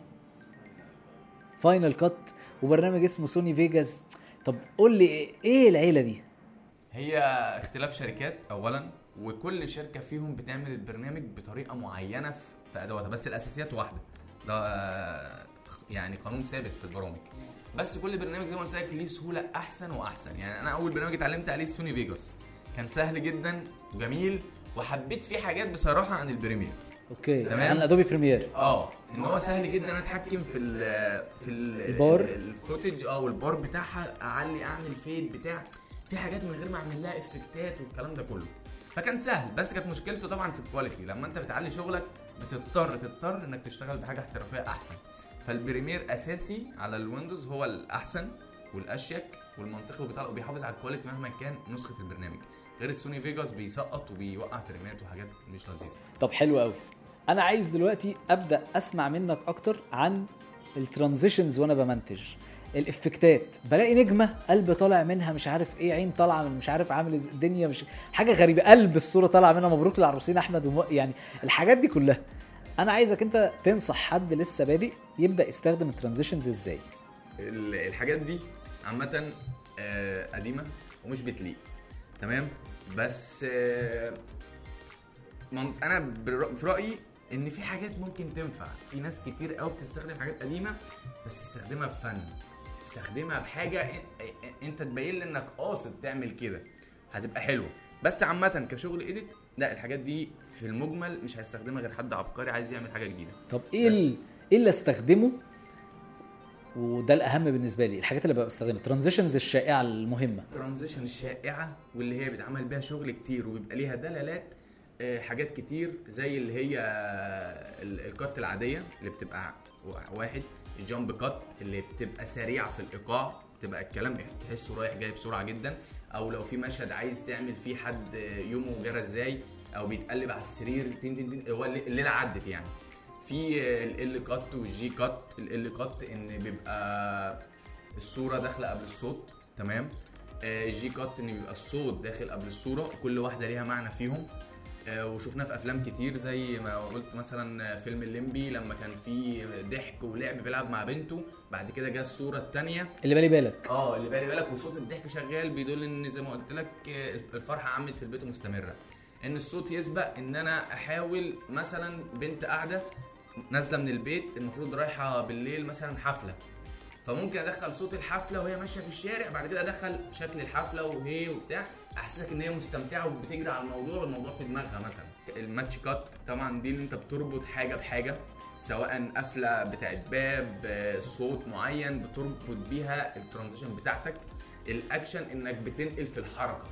فاينل كات، وبرنامج اسمه سوني فيجاس. طب قول لي ايه العيله دي؟ هي اختلاف شركات اولا، وكل شركه فيهم بتعمل البرنامج بطريقه معينه في ادواتها، بس الاساسيات واحده، ده يعني قانون ثابت في البرامج. بس كل برنامج زي ما قلت لك ليه سهوله احسن واحسن. يعني انا اول برنامج اتعلمت عليه سوني فيجاس، كان سهل جدا وجميل، وحبيت فيه حاجات بصراحه عن البريمير. اوكي تمام. عن ادوبي بريمير اه ان هو سهل جدا اتحكم في ال في ال البار الفوتج اه والبار بتاعها، اعلي اعمل فيد بتاع، في حاجات من غير ما اعمل لها افكتات والكلام ده كله، فكان سهل. بس كانت مشكلته طبعا في الكواليتي، لما انت بتعلي شغلك بتضطر تضطر انك تشتغل بحاجه احترافيه احسن. فالبريمير اساسي على الويندوز هو الاحسن والاشيك والمنطقي، وبيحافظ على الكواليتي مهما كان نسخه البرنامج، غير السوني فيجاس بيسقط وبيوقع فريمات وحاجات مش لذيذه. طب حلو قوي. انا عايز دلوقتي ابدا اسمع منك اكتر عن الترانزيشنز وانا بمنتج، الافكتات. بلاقي نجمه قلب طالع منها مش عارف ايه، عين طالعه من مش عارف عامل الدنيا مش حاجه غريبه، قلب الصوره طالعه منها مبروك للعروسين احمد وم... يعني الحاجات دي كلها. انا عايزك انت تنصح حد لسه بادئ يبدا يستخدم الترانزيشنز ازاي. الحاجات دي عامه قديمه ومش بتليق تمام، بس انا في رايي ان في حاجات ممكن تنفع. في ناس كتير قوي بتستخدم حاجات قديمه بس تستخدمها بفن، تستخدمها بحاجه انت تبين لي انك قاصد تعمل كده، هتبقى حلوه. بس عامه كشغل ايديت لا، الحاجات دي في المجمل مش هيستخدمها غير حد عبقري عايز يعمل حاجه جديده. طب ايه ال... ايه اللي استخدمه؟ وده الاهم بالنسبه لي، الحاجات اللي ببقى بستخدمها، الترانزيشنز الشائعه المهمه. الترانزيشن الشائعه واللي هي بيتعمل بيها شغل كتير وبيبقى ليها دلالات حاجات كتير، زي اللي هي الكات العاديه اللي بتبقى واحد، الجامب كات اللي بتبقى سريعه في الايقاع، بتبقى الكلام تحسه رايح جاي بسرعه جدا، او لو في مشهد عايز تعمل فيه حد يومه جرى ازاي او بيتقلب على السرير تين تين تين، هو الليله عدت يعني. في ال كات والجي كات. ال كات ان بيبقى الصوره داخله قبل الصوت تمام، الجي كات ان بيبقى الصوت داخل قبل الصوره، وكل واحده ليها معنى فيهم. وشوفناه في افلام كتير زي ما قلت مثلا فيلم الليمبي لما كان فيه ضحك ولعب بيلعب مع بنته، بعد كده جه الصوره الثانيه اللي بالي بالك اه اللي بالي بالك وصوت الضحك شغال بيدل ان زي ما قلت لك الفرحه عمت في البيت مستمره، ان الصوت يسبق ان انا احاول مثلا بنت قاعده نازله من البيت المفروض رايحه بالليل مثلا حفله، فممكن ادخل صوت الحفله وهي ماشيه في الشارع، بعد كده ادخل شكل الحفله وهي وبتاع، احسسك ان هي مستمتعه وبتجري على الموضوع والموضوع في دماغها مثلا. الماتش كات طبعا دي اللي انت بتربط حاجه بحاجه، سواء قفله بتاعت باب، صوت معين بتربط بيها الترانزيشن بتاعتك. الاكشن انك بتنقل في الحركه،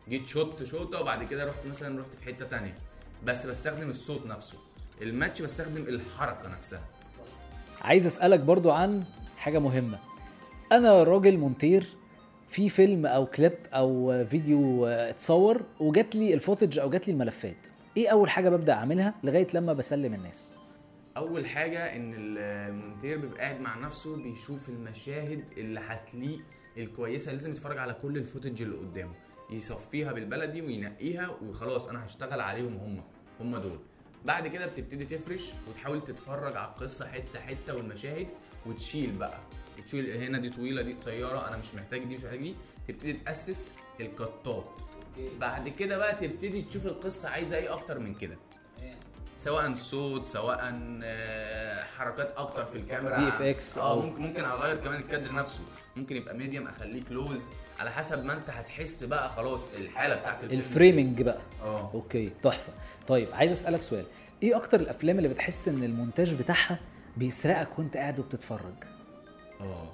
جيت شوت شوطه وبعد كده رحت مثلا رحت في حته تانية، بس بستخدم الصوت نفسه. الماتش بستخدم الحركه نفسها. عايز اسالك برضو عن حاجه مهمه. انا راجل مونتير في فيلم او كليب او فيديو اتصور وجات لي الفوتج او جات لي الملفات، ايه اول حاجه ببدا اعملها لغايه لما بسلم الناس؟ اول حاجه ان المونتير بيبقى قاعد مع نفسه بيشوف المشاهد اللي هتليق الكويسه، لازم يتفرج على كل الفوتج اللي قدامه، يصفيها بالبلدي وينقيها وخلاص انا هشتغل عليهم هم هم دول. بعد كده بتبتدي تفرش وتحاول تتفرج على القصه حته حته والمشاهد وتشيل بقى، تشيل هنا دي طويله دي قصيره انا مش محتاج دي مش محتاج دي، تبتدي تاسس الكتات. بعد كده بقى تبتدي تشوف القصه عايزه ايه اكتر من كده، سواء صوت سواء حركات اكتر في الكاميرا في اف اكس اه ممكن ممكن اغير كمان الكادر نفسه، ممكن يبقى ميديم اخليه كلوز على حسب ما انت هتحس بقى خلاص الحاله بتاعت الفريمنج بقى. اه اوكي تحفه. طيب عايز اسالك سؤال، ايه اكتر الافلام اللي بتحس ان المونتاج بتاعها بيسرقك وانت قاعد وبتتفرج؟ اه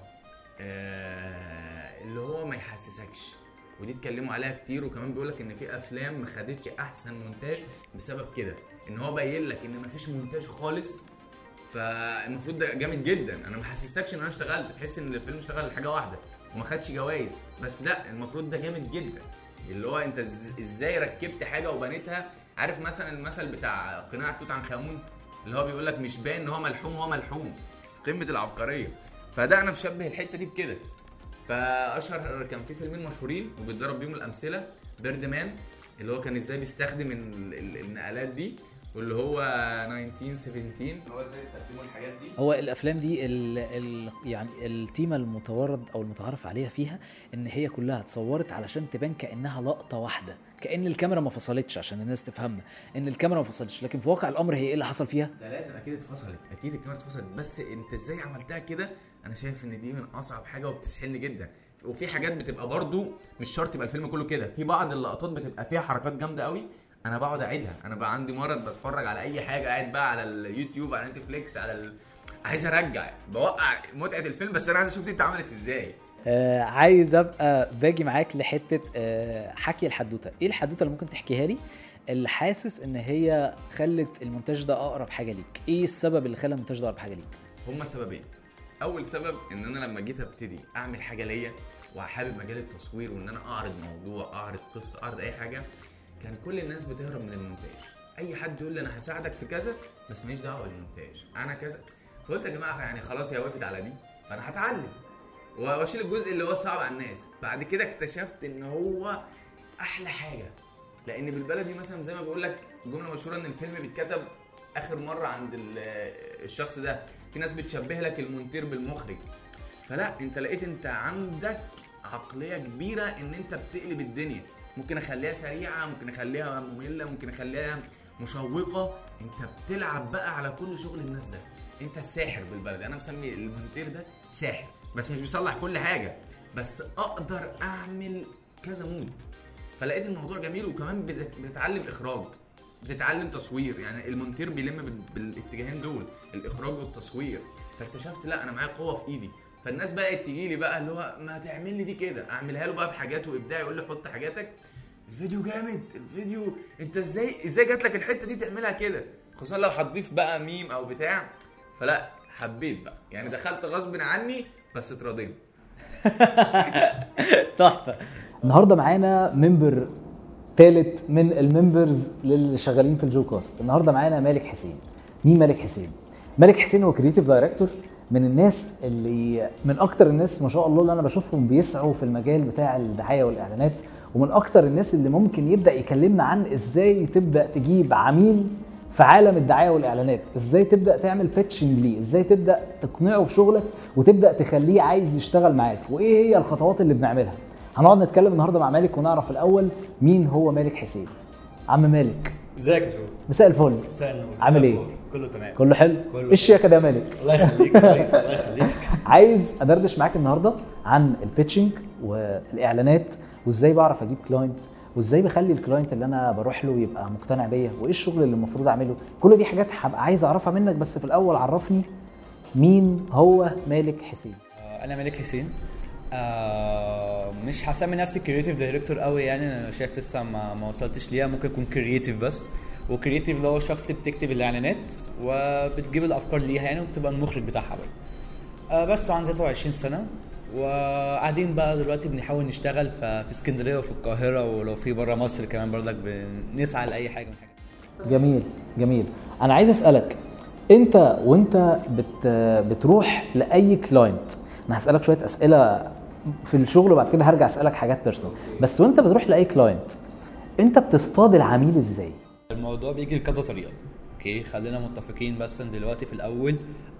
اللي هو ما يحسسكش، ودي اتكلموا عليها كتير، وكمان بيقولك ان في افلام ما خدتش احسن مونتاج بسبب كده، ان هو باين لك ان مفيش مونتاج خالص، فالمفروض ده جامد جدا. انا ما حسستكش ان انا اشتغلت، تحس ان الفيلم اشتغل حاجه واحده وما خدش جوائز، بس لا المفروض ده جامد جدا، اللي هو انت ازاي ركبت حاجه وبنيتها. عارف مثلا المثل بتاع قناع توت عنخ امون اللي هو بيقول لك مش باين ان هو ملحوم، هو ملحوم، قمه العبقريه. فده انا مشبه الحته دي بكده. فاشهر كان في فيلمين مشهورين وبيتضرب بيهم الامثله، بيرد مان اللي هو كان ازاي بيستخدم النقلات دي، واللي هو ألف وتسعمية وسبعتاشر هو ازاي استخدموا الحاجات دي. هو الافلام دي ال ال يعني التيمه المتورد او المتعارف عليها فيها ان هي كلها اتصورت علشان تبان كانها لقطه واحده، كان الكاميرا ما فصلتش، عشان الناس تفهمنا ان الكاميرا ما فصلتش، لكن في واقع الامر هي ايه اللي حصل فيها؟ ده لازم اكيد اتفصلت، اكيد الكاميرا اتفصلت، بس انت ازاي عملتها كده؟ انا شايف ان دي من اصعب حاجه وبتسحلني جدا. وفي حاجات بتبقى برضو مش شرط يبقى الفيلم كله كده، في بعض اللقطات بتبقى فيها حركات جامده قوي انا بقعد اعيدها. انا بقى عندي مرض بتفرج على اي حاجه قاعد بقى على اليوتيوب على نتفليكس على ال... عايز ارجع بوقع متعه الفيلم، بس انا عايز اشوف دي اتعملت ازاي. آه عايز ابقى باجي معاك لحته آه حكي الحدوته. ايه الحدوته اللي ممكن تحكيها لي اللي حاسس ان هي خلت المونتاج ده اقرب حاجه ليك؟ ايه السبب اللي خلى المونتاج ده اقرب حاجه ليك؟ هما سببين. اول سبب ان انا لما جيت ابتدي اعمل حاجه ليا وحابب مجال التصوير وان انا اعرض موضوع اعرض قصه اعرض اي حاجه، كان كل الناس بتهرب من المونتاج. اي حد يقول لي انا هساعدك في كذا بس ماليش دعوه بالمونتاج، انا كذا. فقلت يا جماعه يعني خلاص هي وقفت على دي، فانا هتعلم واشيل الجزء اللي هو صعب على الناس. بعد كده اكتشفت ان هو احلى حاجه، لان بالبلدي مثلا زي ما بيقول لك جمله مشهوره ان الفيلم بيتكتب اخر مره عند الشخص ده. في ناس بتشبه لك المونتير بالمخرج، فلا انت لقيت انت عندك عقليه كبيره ان انت بتقلب الدنيا. ممكن اخليها سريعه، ممكن اخليها ممله، ممكن اخليها مشوقه. انت بتلعب بقى على كل شغل الناس ده، انت الساحر بالبلدي. انا مسمي المونتير ده ساحر، بس مش بيصلح كل حاجه، بس اقدر اعمل كذا مود. فلقيت الموضوع جميل، وكمان بتتعلم اخراج، بتتعلم تصوير. يعني المونتير بيلم بالاتجاهين دول، الاخراج والتصوير. فاكتشفت لا انا معايا قوه في ايدي. فالناس بقت تجي لي بقى اللي هو ما تعمل لي دي كده، اعملها له بقى بحاجات وابداع. يقول لي حط حاجاتك، الفيديو جامد، الفيديو انت ازاي ازاي جات لك الحته دي تعملها كده، خصوصا لو هتضيف بقى ميم او بتاع. فلا حبيت بقى، يعني دخلت غصب عني بس اتراضيت. تحفه. النهارده معانا ممبر ثالث من الممبرز اللي شغالين في الجو كاست. النهارده معانا مالك حسين. مين مالك حسين؟ مالك حسين هو كرييتيف دايركتور، من الناس اللي من اكتر الناس ما شاء الله اللي انا بشوفهم بيسعوا في المجال بتاع الدعايه والاعلانات، ومن اكتر الناس اللي ممكن يبدا يكلمنا عن ازاي تبدا تجيب عميل في عالم الدعايه والاعلانات، ازاي تبدا تعمل بيتشنج ليه، ازاي تبدا تقنعه بشغلك وتبدا تخليه عايز يشتغل معاك، وايه هي الخطوات اللي بنعملها. هنقعد نتكلم النهارده مع مالك ونعرف الاول مين هو مالك حسين. عم مالك، ازيك يا جو؟ مساء الفل. مساء النور. عامل ايه؟ كله تمام. كله حلو؟ كله ايه الشياكه ده يا مالك؟ الله يخليك كويس. الله يخليك. عايز ادردش معاك النهارده عن البيتشنج والاعلانات، وازاي بعرف اجيب كلاينت، وازاي بخلي الكلاينت اللي انا بروح له يبقى مقتنع بيا، وايه الشغل اللي المفروض اعمله. كل دي حاجات هبقى عايز اعرفها منك، بس في الاول عرفني مين هو مالك حسين. انا مالك حسين، آه مش هسمي نفسي كرييتيف دايركتور قوي يعني، انا شايف لسه ما, ما وصلتش ليها. ممكن اكون كرييتيف بس، وكرييتيف اللي هو شخص بتكتب الاعلانات وبتجيب الافكار ليها يعني، وبتبقى المخرج بتاعها بقى. آه بس وعندي ستة وعشرين سنه، وقاعدين بقى دلوقتي بنحاول نشتغل في اسكندريه وفي القاهره، ولو في بره مصر كمان برضك بنسعى لاي حاجه من حاجات. جميل جميل. انا عايز اسالك انت وانت بت بتروح لاي كلاينت، انا هسالك شويه اسئله في الشغل وبعد كده هرجع اسالك حاجات بيرسونال، بس وانت بتروح لاي كلاينت انت بتصطاد العميل ازاي؟ الموضوع بيجي بكذا طريقه. اوكي خلينا متفقين بس دلوقتي في الاول.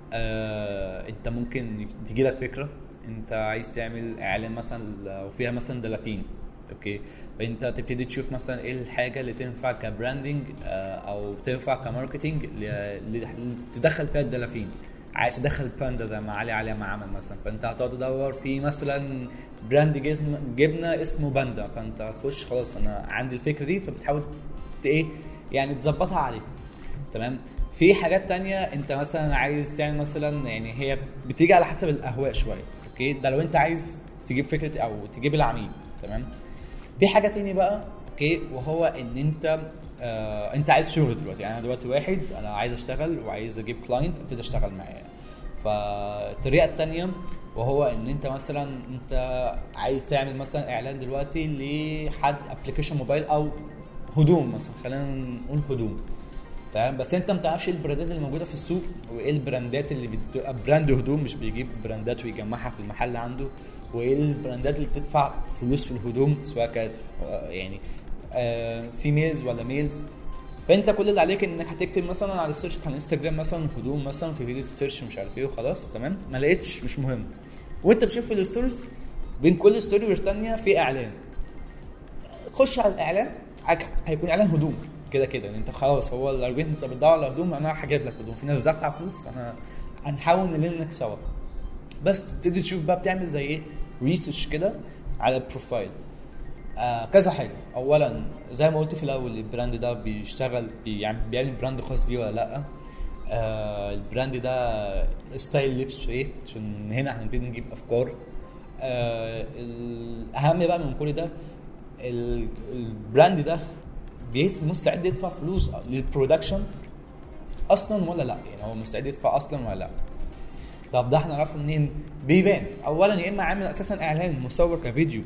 آه، انت ممكن تجي لك فكره، انت عايز تعمل اعلان مثلا وفيها مثلا دلافين. اوكي فانت تبتدي تشوف مثلا ايه الحاجه اللي تنفع كبراندنج آه او تنفع كماركتنج اللي تدخل فيها الدلافين. عايز تدخل باندا زي ما علي علي ما عمل مثلا، فانت هتقعد تدور في مثلا براند جبنه اسمه باندا، فانت هتخش خلاص انا عندي الفكره دي، فبتحاول ايه يعني تظبطها عليه. تمام. في حاجات تانية انت مثلا عايز تعمل مثلا، يعني هي بتيجي على حسب الاهواء شويه. اوكي ده لو انت عايز تجيب فكره او تجيب العميل. تمام. في حاجه تاني بقى اوكي وهو ان انت آه انت عايز شغل دلوقتي. يعني انا دلوقتي واحد انا عايز اشتغل وعايز اجيب كلاينت ابتدي اشتغل معاه. فالطريقه الثانيه وهو ان انت مثلا انت عايز تعمل مثلا اعلان دلوقتي لحد ابلكيشن موبايل او هدوم مثلا، خلينا نقول هدوم. تمام. بس انت ما تعرفش البراندات اللي موجوده في السوق وايه البراندات اللي بتبقى براند هدوم مش بيجيب براندات ويجمعها في المحل عنده، وايه البراندات اللي بتدفع فلوس في الهدوم سواء كانت يعني آه فيميلز ولا ميلز. فانت كل اللي عليك انك هتكتب مثلا على السيرش على الانستجرام مثلا هدوم مثلا في فيديو سيرش مش عارف ايه وخلاص. تمام. ما لقيتش مش مهم، وانت بتشوف في الستوريز بين كل ستوري والثانيه في اعلان، تخش على الاعلان هيكون اعلان هدوم كده كده. انت خلاص هو لو انت بتدور على هدوم انا هجيب لك هدوم، في ناس دافعه فلوس فانا هنحاول نلينك سوا. بس تبتدي تشوف بقى بتعمل زي ايه ريسيرش كده على البروفايل. آه كذا حاجه. اولا زي ما قلت في الاول البراند ده بيشتغل بي يعني بيعمل براند خاص بيه ولا لا. آه البراند ده ستايل لبسه ايه عشان هنا هنبتدي نجيب افكار. آه الاهم بقى من كل ده البراند ده مستعد يدفع فلوس للبرودكشن اصلا ولا لا. يعني هو مستعد يدفع اصلا ولا لا. طب ده هنعرفه منين؟ بيبان اولا يا اما عامل اساسا اعلان مصور كفيديو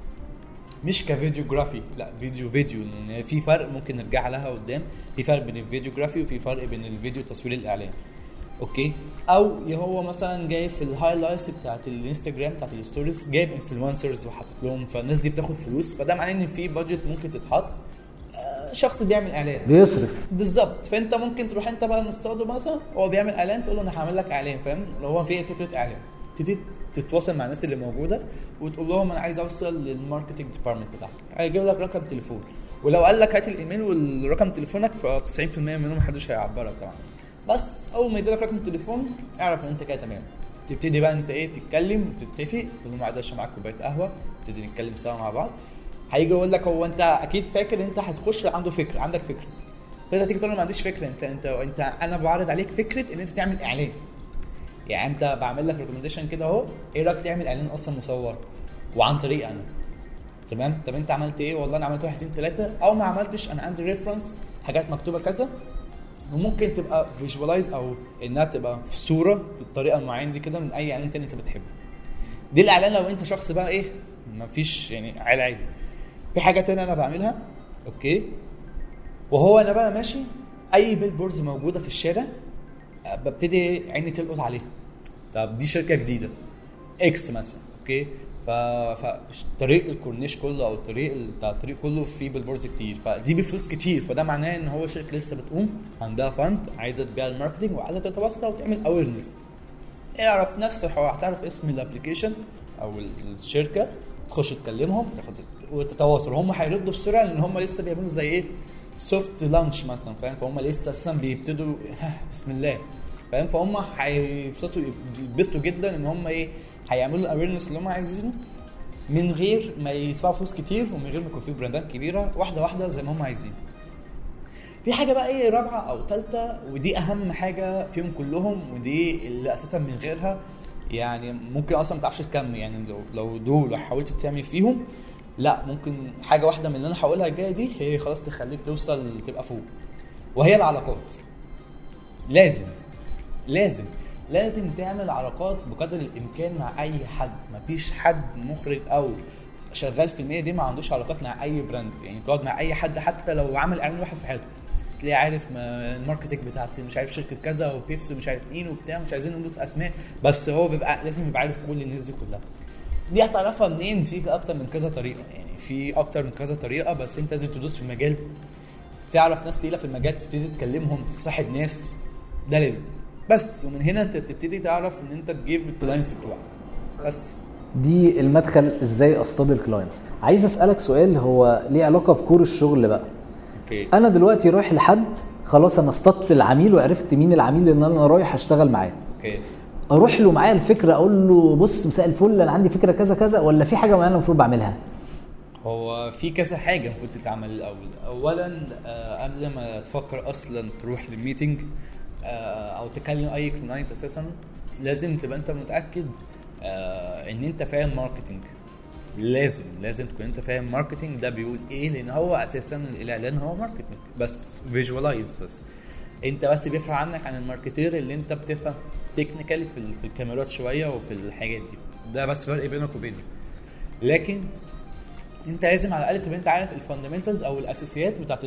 مش كفيديوغرافي، لا فيديو فيديو لان في فرق ممكن نرجع لها قدام. في فرق بين الفيديوغرافي وفي فرق بين الفيديو تصوير الاعلان. اوكي او هو مثلا جاي في الهايلايتس بتاعت الانستجرام بتاعت الستوريز جايب انفلونسرز وحاطط لهم، فالناس دي بتاخد فلوس، فده معناه ان في بادجت ممكن تتحط. شخص بيعمل اعلان بيصرف بالظبط، فانت ممكن تروح انت بقى مستخدم مثلا هو بيعمل اعلان تقول له انا هعمل لك اعلان. فاهم؟ لو هو في فكره اعلان تبتدي تتواصل مع الناس اللي موجوده وتقول لهم انا عايز اوصل للماركتنج ديبارتمنت بتاعتك، هيجيب لك رقم تليفون، ولو قال لك هات الايميل والرقم تليفونك ف تسعين في المية منهم محدش هيعبرك طبعا. بس اول ما يديلك رقم التليفون اعرف ان انت كده تمام. تبتدي بقى انت ايه تتكلم وتتفق تقول له عايز معاك كوبايه قهوه، تبتدي نتكلم سوا مع بعض. هيجي يقول لك هو انت اكيد فاكر انت هتخش عنده فكره، عندك فكره، فانت تيجي تقول له ما عنديش فكره، انت انت انت انا بعرض عليك فكره ان انت تعمل اعلان. يعني انت بعمل لك ريكومنديشن كده اهو، ايه رايك تعمل اعلان اصلا مصور وعن طريق انا. تمام. طب انت عملت ايه؟ والله انا عملت واحد اتنين تلاته، او ما عملتش انا عندي ريفرنس حاجات مكتوبه كذا، وممكن تبقى فيجواليز او انها تبقى في صوره بالطريقه المعينه دي كده من اي اعلان تاني انت بتحبه. دي الاعلان لو انت شخص بقى ايه ما فيش يعني عادي عادي. في حاجه تانية انا بعملها اوكي وهو انا بقى ماشي اي بيل بوردز موجوده في الشارع ببتدي عيني تلقط عليها. طب دي شركه جديده اكس مثلا اوكي ف فطريق الكورنيش كله او الطريق بتاع الطريق كله فيه بيل بوردز كتير، فدي بفلوس كتير، فده معناه ان هو شركه لسه بتقوم عندها فند عايزه تبيع الماركتنج وعايزه تتوسع وتعمل اويرنس. اعرف نفس الحوار، هتعرف اسم الابلكيشن او الشركه، تخش تكلمهم تاخد وتتواصل. هم هيردوا بسرعه لان هم لسه بيعملوا زي ايه سوفت لانش مثلا. فاهم؟ فهم لسه اساسا بيبتدوا بسم الله. فاهم؟ فهم هيبسطوا يبسطوا جدا ان هم ايه هيعملوا الاويرنس اللي هم عايزينه من غير ما يدفعوا فلوس كتير ومن غير ما يكون في براندات كبيره، واحده واحده زي ما هم عايزين. في حاجه بقى ايه رابعه او ثالثه ودي اهم حاجه فيهم كلهم، ودي اللي اساسا من غيرها يعني ممكن اصلا ما تعرفش تكمل. يعني لو لو دول حاولت تعمل فيهم لا ممكن حاجه واحده من اللي انا هقولها الجايه دي هي خلاص تخليك توصل تبقى فوق، وهي العلاقات. لازم لازم لازم تعمل علاقات بقدر الامكان مع اي حد. مفيش حد مخرج او شغال في المية دي ما عندوش علاقات مع اي براند. يعني تقعد مع اي حد حتى لو عمل اعلان واحد في حياته تلاقيه عارف الماركتنج بتاعتي مش عارف شركه كذا وبيبسي مش عارف مين وبتاع، مش عايزين نبص اسماء بس هو بيبقى لازم يبقى عارف كل الناس دي كلها. دي هتعرفها منين؟ في اكتر من كذا طريقه. يعني في اكتر من كذا طريقه بس انت لازم تدوس في المجال، تعرف ناس تقيله في المجال، تبتدي تكلمهم، تصاحب ناس، ده لازم. بس ومن هنا انت تبتدي تعرف ان انت تجيب الكلاينتس بتوعك. بس دي المدخل ازاي اصطاد الكلاينتس. عايز اسالك سؤال هو ليه علاقه بكور الشغل بقى. اوكي. انا دلوقتي رايح لحد خلاص انا اصطدت العميل وعرفت مين العميل اللي انا رايح اشتغل معاه. اوكي. اروح له معايا الفكره اقول له بص مساء الفل انا عندي فكره كذا كذا، ولا في حاجه معينه المفروض بعملها؟ هو في كذا حاجه المفروض تتعمل الاول. اولا آه قبل ما تفكر اصلا تروح للميتنج آه او تكلم اي كلاينت اساسا لازم تبقى انت متاكد آه ان انت فاهم ماركتنج. لازم لازم تكون انت فاهم ماركتنج ده بيقول ايه، لان هو اساسا الاعلان هو ماركتنج بس فيجواليز. بس انت بس بيفرق عنك عن الماركتير اللي انت بتفهم تكنيكال في, في الكاميرات شويه وفي الحاجات دي. ده بس فرق بينك وبينه. لكن انت لازم على الاقل تبقى انت عارف الفاندامنتالز او الاساسيات بتاعت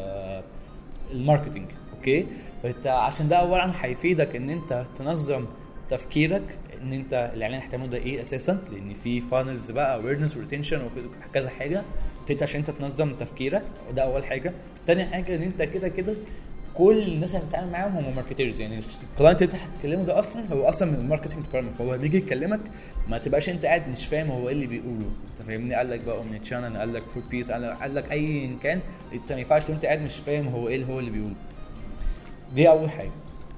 الماركتنج. اوكي. فانت عشان ده اولا هيفيدك ان انت تنظم تفكيرك ان انت الاعلان هتعمله ده ايه اساسا، لان في فانلز بقى اويرنس وريتنشن وكذا حاجه. فانت عشان انت تنظم تفكيرك ده اول حاجه. تاني حاجه ان انت كده كده كل الناس اللي هتتعامل معاهم هم ماركتيرز. يعني الكلاينت اللي هتكلمه ده اصلا هو اصلا من الماركتنج ديبارتمنت، فهو بيجي يكلمك ما تبقاش انت قاعد مش فاهم هو ايه اللي بيقوله. انت فاهمني؟ قال لك بقى اومني تشانل، قال لك فود بيس، قال لك اي كان، انت ما ينفعش وانت قاعد مش فاهم هو ايه اللي هو اللي بيقوله. دي اول حاجه.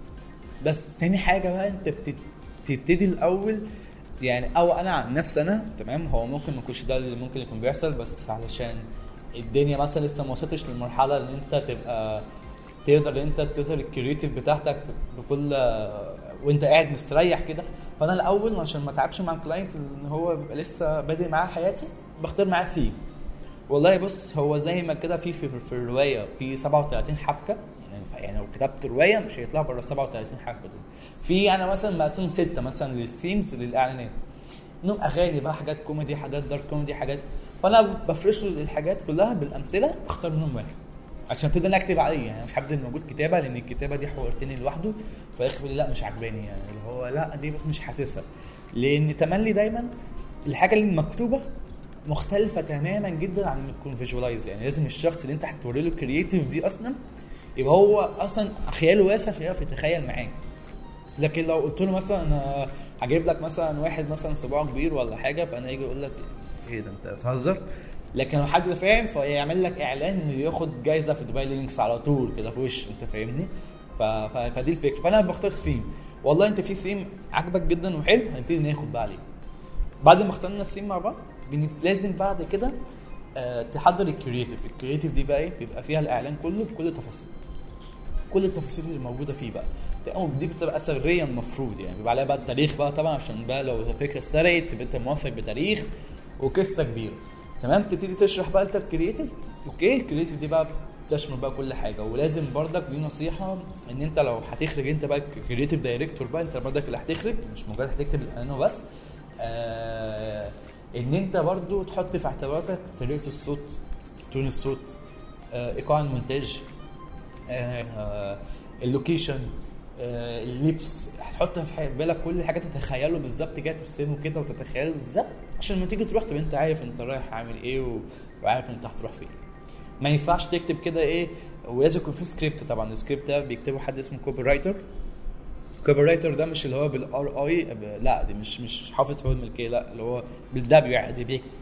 بس تاني حاجه بقى انت بتبتدي الاول يعني او انا عن نفسي انا تمام هو ممكن ما يكونش ده اللي ممكن يكون بيحصل، بس علشان الدنيا مثلا لسه ما وصلتش للمرحله ان انت تبقى تقدر ان انت تظهر الكرياتيف بتاعتك بكل وانت قاعد مستريح كده. فانا الاول عشان ما اتعبش مع الكلاينت ان هو بيبقى لسه بادئ معاه حياتي بختار معاه فيه. والله بص هو زي ما كده في في, في الروايه في سبعة وثلاثين حبكه، يعني يعني لو كتبت روايه مش هيطلع بره سبعة وثلاثين حبكه دول. في انا مثلا مقسم ستة مثلا للثيمز للاعلانات، منهم اغاني بقى، حاجات كوميدي، حاجات دارك كوميدي، حاجات. فانا بفرش الحاجات كلها بالامثله، بختار منهم واحد عشان ابتدي انا اكتب عليه. يعني مش هبدا موجود كتابه لان الكتابه دي حوارتني لوحده، فيخبر لي لا مش عجباني، يعني اللي هو لا دي بس مش حاسسها، لان تملي دايما الحاجه اللي مكتوبه مختلفه تماما جدا عن اللي تكون فيجواليز. يعني لازم الشخص اللي انت هتوري له الكرياتيف دي اصلا يبقى هو اصلا خياله واسع عشان يعرف يتخيل معاك. لكن لو قلت له مثلا انا هجيب لك مثلا واحد مثلا صباعه كبير ولا حاجه، فانا يجي يقول لك ايه ده انت بتهزر. لكن لو حد فاهم فيعمل لك اعلان انه ياخد جايزه في دبي لينكس على طول كده في وش، انت فاهمني؟ ف... ف... فدي الفكره. فانا بختار ثيم، والله انت في ثيم عجبك جدا وحلو هنبتدي ناخد بقى عليه. بعد ما اخترنا الثيم مع بعض لازم بعد كده أه تحضر الكرياتيف. الكرياتيف دي بقى ايه؟ بيبقى فيها الاعلان كله بكل التفاصيل، كل التفاصيل اللي موجوده فيه بقى. دي بتبقى سريه المفروض، يعني بيبقى عليها بقى التاريخ بقى طبعا، عشان بقى لو الفكره سرقت تبقى انت موثق بتاريخ وقصه كبيره. تمام. تبتدي تشرح بقى انت الكرياتيف. اوكي. الكرياتيف دي بقى تشمل بقى كل حاجه. ولازم برضك دي نصيحه ان انت لو هتخرج انت بقى كرياتيف دايركتور بقى، انت برضك اللي هتخرج، مش مجرد هتكتب الاعلان بس. آه ان انت برضو تحط في اعتبارك طريقه الصوت، تون الصوت، آه ايقاع المونتاج، آه آه اللوكيشن، آه اللبس. هتحط في بالك كل حاجه تتخيله بالظبط كده، ترسمه كده وتتخيله بالظبط عشان لما تيجي تروح تبقى انت عارف انت رايح عامل ايه وعارف انت هتروح فين. ما ينفعش تكتب كده ايه، ولازم يكون في سكريبت. طبعا السكريبت ده بيكتبه حد اسمه كوبي رايتر. كوبي رايتر ده مش اللي هو بالار اي، لا دي مش مش حافظ حقوق الملكيه، لا اللي هو بالدبليو عادي بيكتب.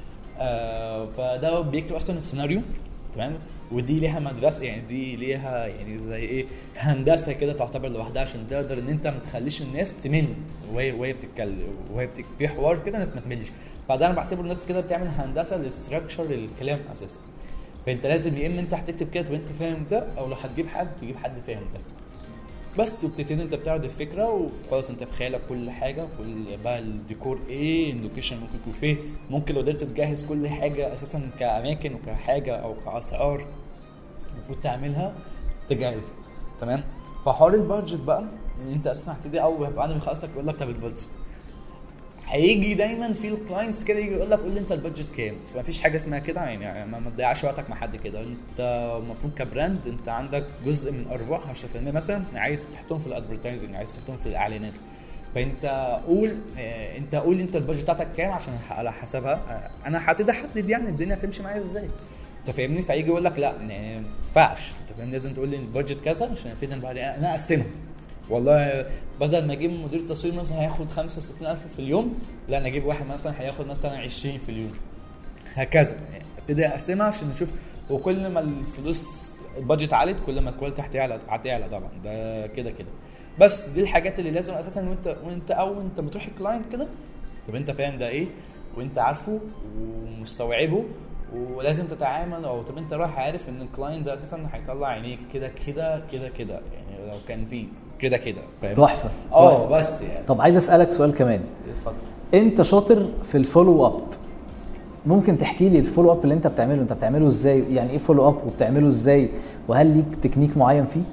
آه فده بيكتب اصلا السيناريو. تمام. ودي ليها مدرسه، يعني دي ليها يعني زي ايه هندسه كده تعتبر لوحدها عشان تقدر ان انت ما تخليش الناس تمل وهي وهي بتتكلم وهي بتك... في حوار كده الناس ما تملش. فده انا بعتبر الناس كده بتعمل هندسه للاستراكشر للكلام اساسا. فانت لازم يا اما انت هتكتب كده تبقى انت فاهم ده، او لو هتجيب حد تجيب حد فاهم ده. بس وبتبتدي انت بتعرض الفكره وخلاص انت في خيالك كل حاجه، كل بقى الديكور ايه، اللوكيشن ممكن يكون فين، ممكن لو قدرت تجهز كل حاجه اساسا كاماكن وكحاجه او كاسعار المفروض تعملها تجهزها تمام. فحوار البادجت بقى ان انت اساسا هتبتدي اول بعد ما يخلصك يقول لك طب البادجت، هيجي دايما في الكلاينتس كده يجي يقول لك قول لي انت البادجت كام. فمفيش حاجه اسمها كده يعني, يعني ما تضيعش وقتك مع حد كده. انت المفروض كبراند انت عندك جزء من ارباح عشرة بالمية مثلا عايز تحطهم في الادفرتايزنج، عايز تحطهم في الاعلانات. فانت قول اه انت قول انت البادجت بتاعتك كام عشان على حسابها اه انا هبتدي احدد يعني الدنيا تمشي معايا ازاي، انت فاهمني. فيجي يقول لك لا ما ينفعش، انت فاهم لازم تقول لي البادجت كذا عشان ابتدي بعد انا اقسمها. والله بدل ما اجيب مدير تصوير مثلا هياخد خمسة وستين ألف في اليوم، لا انا اجيب واحد مثلا هياخد مثلا عشرين في اليوم، هكذا ابتدي اقسمها عشان نشوف. وكل ما الفلوس البادجت عالت كل ما الكواليتي هتعلى هتعلى طبعا، ده كده كده. بس دي الحاجات اللي لازم اساسا وانت وانت او انت بتروح الكلاينت كده طب انت فاهم ده ايه وانت عارفه ومستوعبه ولازم تتعامل. او طب انت رايح عارف ان الكلاينت ده اساسا هيطلع عينيك كده كده كده كده يعني لو كان فيه كده كده فاهم. تحفه. اه بس يعني طب عايز اسالك سؤال كمان. اتفضل. انت شاطر في الفولو اب، ممكن تحكي لي الفولو اب اللي انت بتعمله انت بتعمله ازاي؟ يعني ايه فولو اب وبتعمله ازاي؟ وهل ليك تكنيك معين فيه؟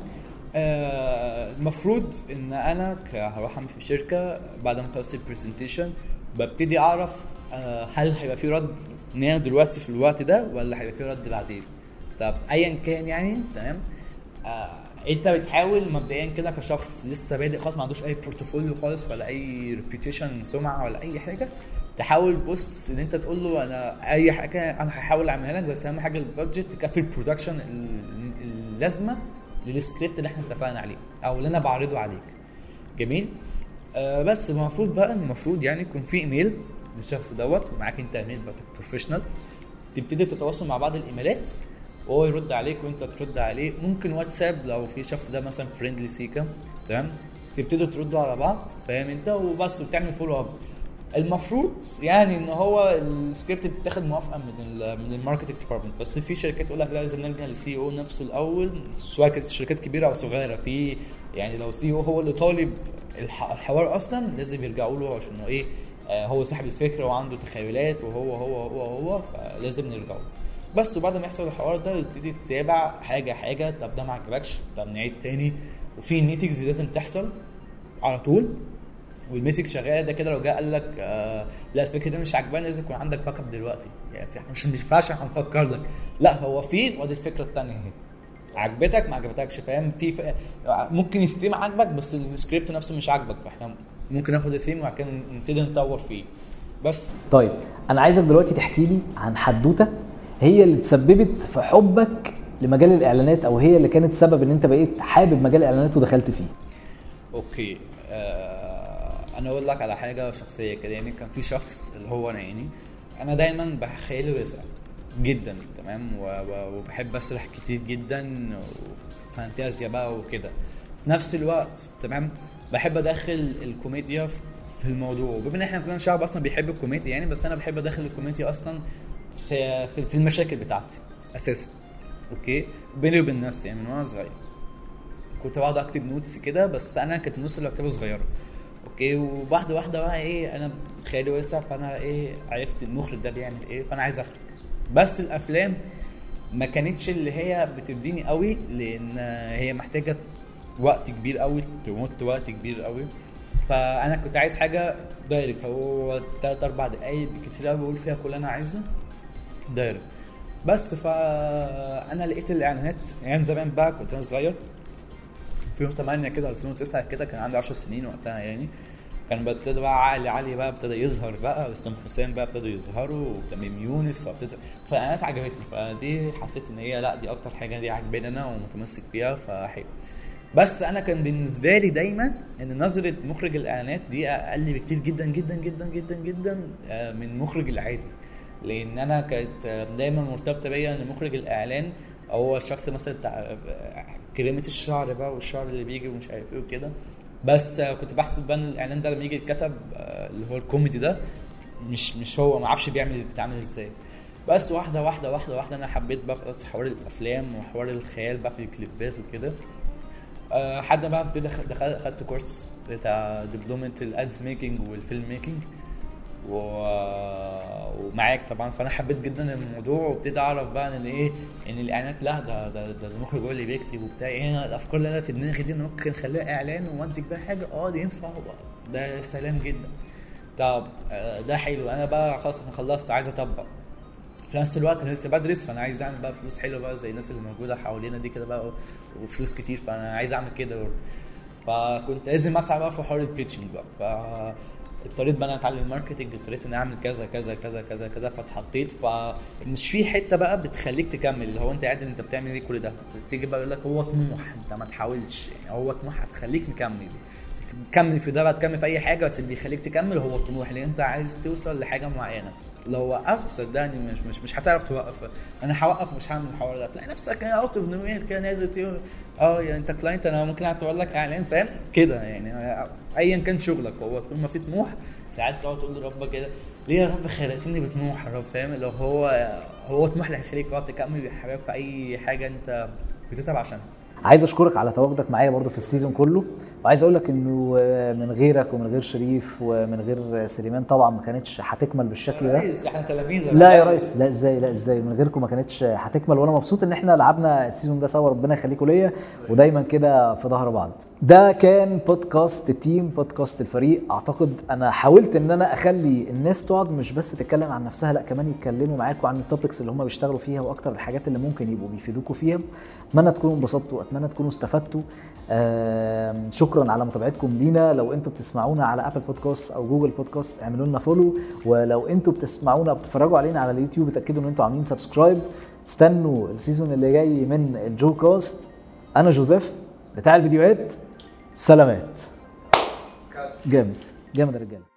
المفروض آه ان انا هروح اعمل في شركه بعد ما اخلص البرزنتيشن ببتدي اعرف آه هل هيبقى في رد نيا دلوقتي في الوقت ده ولا هيبقى في رد بعدين. طب ايا كان يعني تمام. آه انت بتحاول مبدئيا كده كشخص لسه بادئ خالص ما عندوش اي بورتفوليو خالص ولا اي ريبيوتيشن سمعه ولا اي حاجه، تحاول بص ان انت تقول له انا اي حاجه انا هحاول اعملها لك بس اهم حاجه البادجت تكفي البرودكشن اللازمه للسكريبت اللي احنا اتفقنا عليه او اللي انا بعرضه عليك. جميل. آه بس المفروض بقى المفروض يعني يكون في ايميل للشخص دوت معاك انت ايميل بروفيشنال، تبتدي تتواصل مع بعض الايميلات وهو يرد عليك وانت ترد عليه. ممكن واتساب لو في شخص ده مثلا فريندلي سيكا تمام، تبتدوا تردوا على بعض فاهم انت وبس وتعمل فولو اب. المفروض يعني ان هو السكريبت بتاخد موافقه من من الماركتنج ديبارتمنت، بس في شركات تقول لك لا لازم نرجع للسي او نفسه الاول، سواء كانت شركات كبيره او صغيره. في يعني لو سي او هو اللي طالب الحوار اصلا لازم يرجعوا له عشان ايه آه هو صاحب الفكره وعنده تخيلات وهو هو هو هو فلازم نرجعوا بس. وبعد ما يحصل الحوار ده تبتدي تتابع حاجه حاجه. طب ده ما عجبكش طب نعيد تاني. وفي ميتينجز لازم تحصل على طول والميتنج شغاله ده كده. لو جه قال لك آه لا الفكره دي مش عجباني لازم يكون عندك باك اب دلوقتي يعني احنا مش ينفعش هنفكر لك لا هو في ودي الفكره الثانيه اهي عجبتك ما عجبتكش فاهم. في ف... ممكن الثيم عجبك بس السكريبت نفسه مش عجبك فاحنا ممكن ناخد الثيم وبعد كده نبتدي نطور فيه بس. طيب انا عايزك دلوقتي تحكي لي عن حدوته هي اللي تسببت في حبك لمجال الاعلانات او هي اللي كانت سبب ان انت بقيت حابب مجال الاعلانات ودخلت فيه. اوكي آه انا اقول لك على حاجه شخصيه كده. يعني كان في شخص اللي هو انا يعني انا دايما بخيله واسال جدا تمام وبحب اسرح كتير جدا وفانتازيا بقى وكده في نفس الوقت تمام. بحب ادخل الكوميديا في الموضوع بما ان احنا كلنا شعب اصلا بيحب الكوميديا يعني، بس انا بحب ادخل الكوميديا اصلا في في المشاكل بتاعتي اساسا. اوكي بيني وبين نفسي يعني من وانا صغير كنت بقعد اكتب نوتس كده بس انا كانت النوتس اللي بكتبها صغيره اوكي. وواحده واحده بقى ايه انا خيالي واسع فانا ايه عرفت المخرج ده بيعمل ايه فانا عايز اخرج. بس الافلام ما كانتش اللي هي بتديني قوي لان هي محتاجه وقت كبير قوي تموت وقت كبير قوي. فانا كنت عايز حاجه دايركت هو ثلاث اربع دقايق كتير قوي بقول فيها كل اللي انا عايزه دايركت بس. فانا لقيت الاعلانات ايام زمان بقى كنت انا صغير ألفين وثمانية كده ألفين وتسعة كده كان عندي عشر سنين وقتها يعني. كان ابتدى بقى علي علي بقى ابتدى يظهر بقى واسلام حسين بقى ابتدوا يظهروا وتميم يونس فابتدى فانا عجبتني فدي حسيت ان هي لا دي اكتر حاجه دي عجباني انا ومتمسك فيها فحلو. بس انا كان بالنسبه لي دايما ان نظره مخرج الاعلانات دي اقل بكتير جدا جدا جدا جدا جدا من مخرج العادي لان انا كانت دايما مرتبطه بيا ان مخرج الاعلان هو الشخص مثلا بتاع كريمه الشعر بقى والشعر اللي بيجي ومش عارف ايه وكده. بس كنت بحسب بان الاعلان ده لما يجي يتكتب اللي هو الكوميدي ده مش مش هو ما اعرفش بيعمل بتعمل ازاي. بس واحده واحده واحده واحده انا حبيت بقى خلاص حوار الافلام وحوار الخيال بقى في الكليبات وكده. أه حد بقى ابتدى دخل خدت كورس بتاع دبلومه الادز ميكنج والفيلم ميكنج و... ومعاك طبعا. فانا حبيت جدا الموضوع وابتدي اعرف بقى ان ايه ان الاعلانات لا ده ده, ده المخرج هو اللي بيكتب وبتاع. يعني الافكار اللي انا في دماغي دي ممكن اخليها اعلان وانتج بقى حاجه اه دي ينفع ده سلام جدا. طب ده حلو انا بقى خلاص انا خلصت عايز اطبق في نفس الوقت انا لسه بدرس فانا عايز اعمل بقى فلوس حلوه بقى زي الناس اللي موجوده حوالينا دي كده بقى وفلوس كتير فانا عايز اعمل كده. فكنت لازم اسعى بقى في حوار البيتشنج بقى. ف اضطريت بقى اتعلم ماركتنج اضطريت اني اعمل كذا كذا كذا كذا كذا فاتحطيت. فمش في حته بقى بتخليك تكمل اللي هو انت قاعد انت بتعمل ايه كل ده تيجي بقى يقول لك هو طموح انت ما تحاولش يعني هو طموح هتخليك مكمل تكمل في ده بقى تكمل في اي حاجه بس اللي بيخليك تكمل هو الطموح لان انت عايز توصل لحاجه معينه. لو وقفت صدقني مش مش مش هتعرف توقف. انا هوقف مش هعمل الحوار ده تلاقي نفسك اوت اوف نوير كده نازل اه يعني انت كلاينت انا ممكن اعتبر لك اعلان فاهم كده يعني ايا كان شغلك هو طول ما في طموح ساعات تقعد تقول لربك كده ليه يا رب خلقتني بطموح يا رب فاهم لو هو هو طموح اللي هيخليك تقعد تكمل حاجه في اي حاجه انت بتتعب عشانها. عايز اشكرك على تواجدك معايا برضو في السيزون كله وعايز اقول لك انه من غيرك ومن غير شريف ومن غير سليمان طبعا ما كانتش هتكمل بالشكل ده. احنا تلاميذ لا يا ريس لا ازاي لا ازاي من غيركم ما كانتش هتكمل وانا مبسوط ان احنا لعبنا السيزون ده سوا ربنا يخليكم ليا ودايما كده في ظهر بعض. ده كان بودكاست التيم بودكاست الفريق. اعتقد انا حاولت ان انا اخلي الناس تقعد مش بس تتكلم عن نفسها لا كمان يتكلموا معاكم عن التوبكس اللي هم بيشتغلوا فيها واكتر الحاجات اللي ممكن يبقوا بيفيدوكم فيها. اتمنى تكونوا انبسطتوا اتمنى تكونوا استفدتوا. شكرا على متابعتكم لينا. لو انتوا بتسمعونا على ابل بودكاست او جوجل بودكاست اعملوا لنا فولو ولو انتوا بتسمعونا بتتفرجوا علينا على اليوتيوب اتاكدوا ان انتوا عاملين سبسكرايب. استنوا السيزون اللي جاي من الجو كاست. انا جوزيف بتاع الفيديوهات. سلامات. جامد جامد يا رجاله.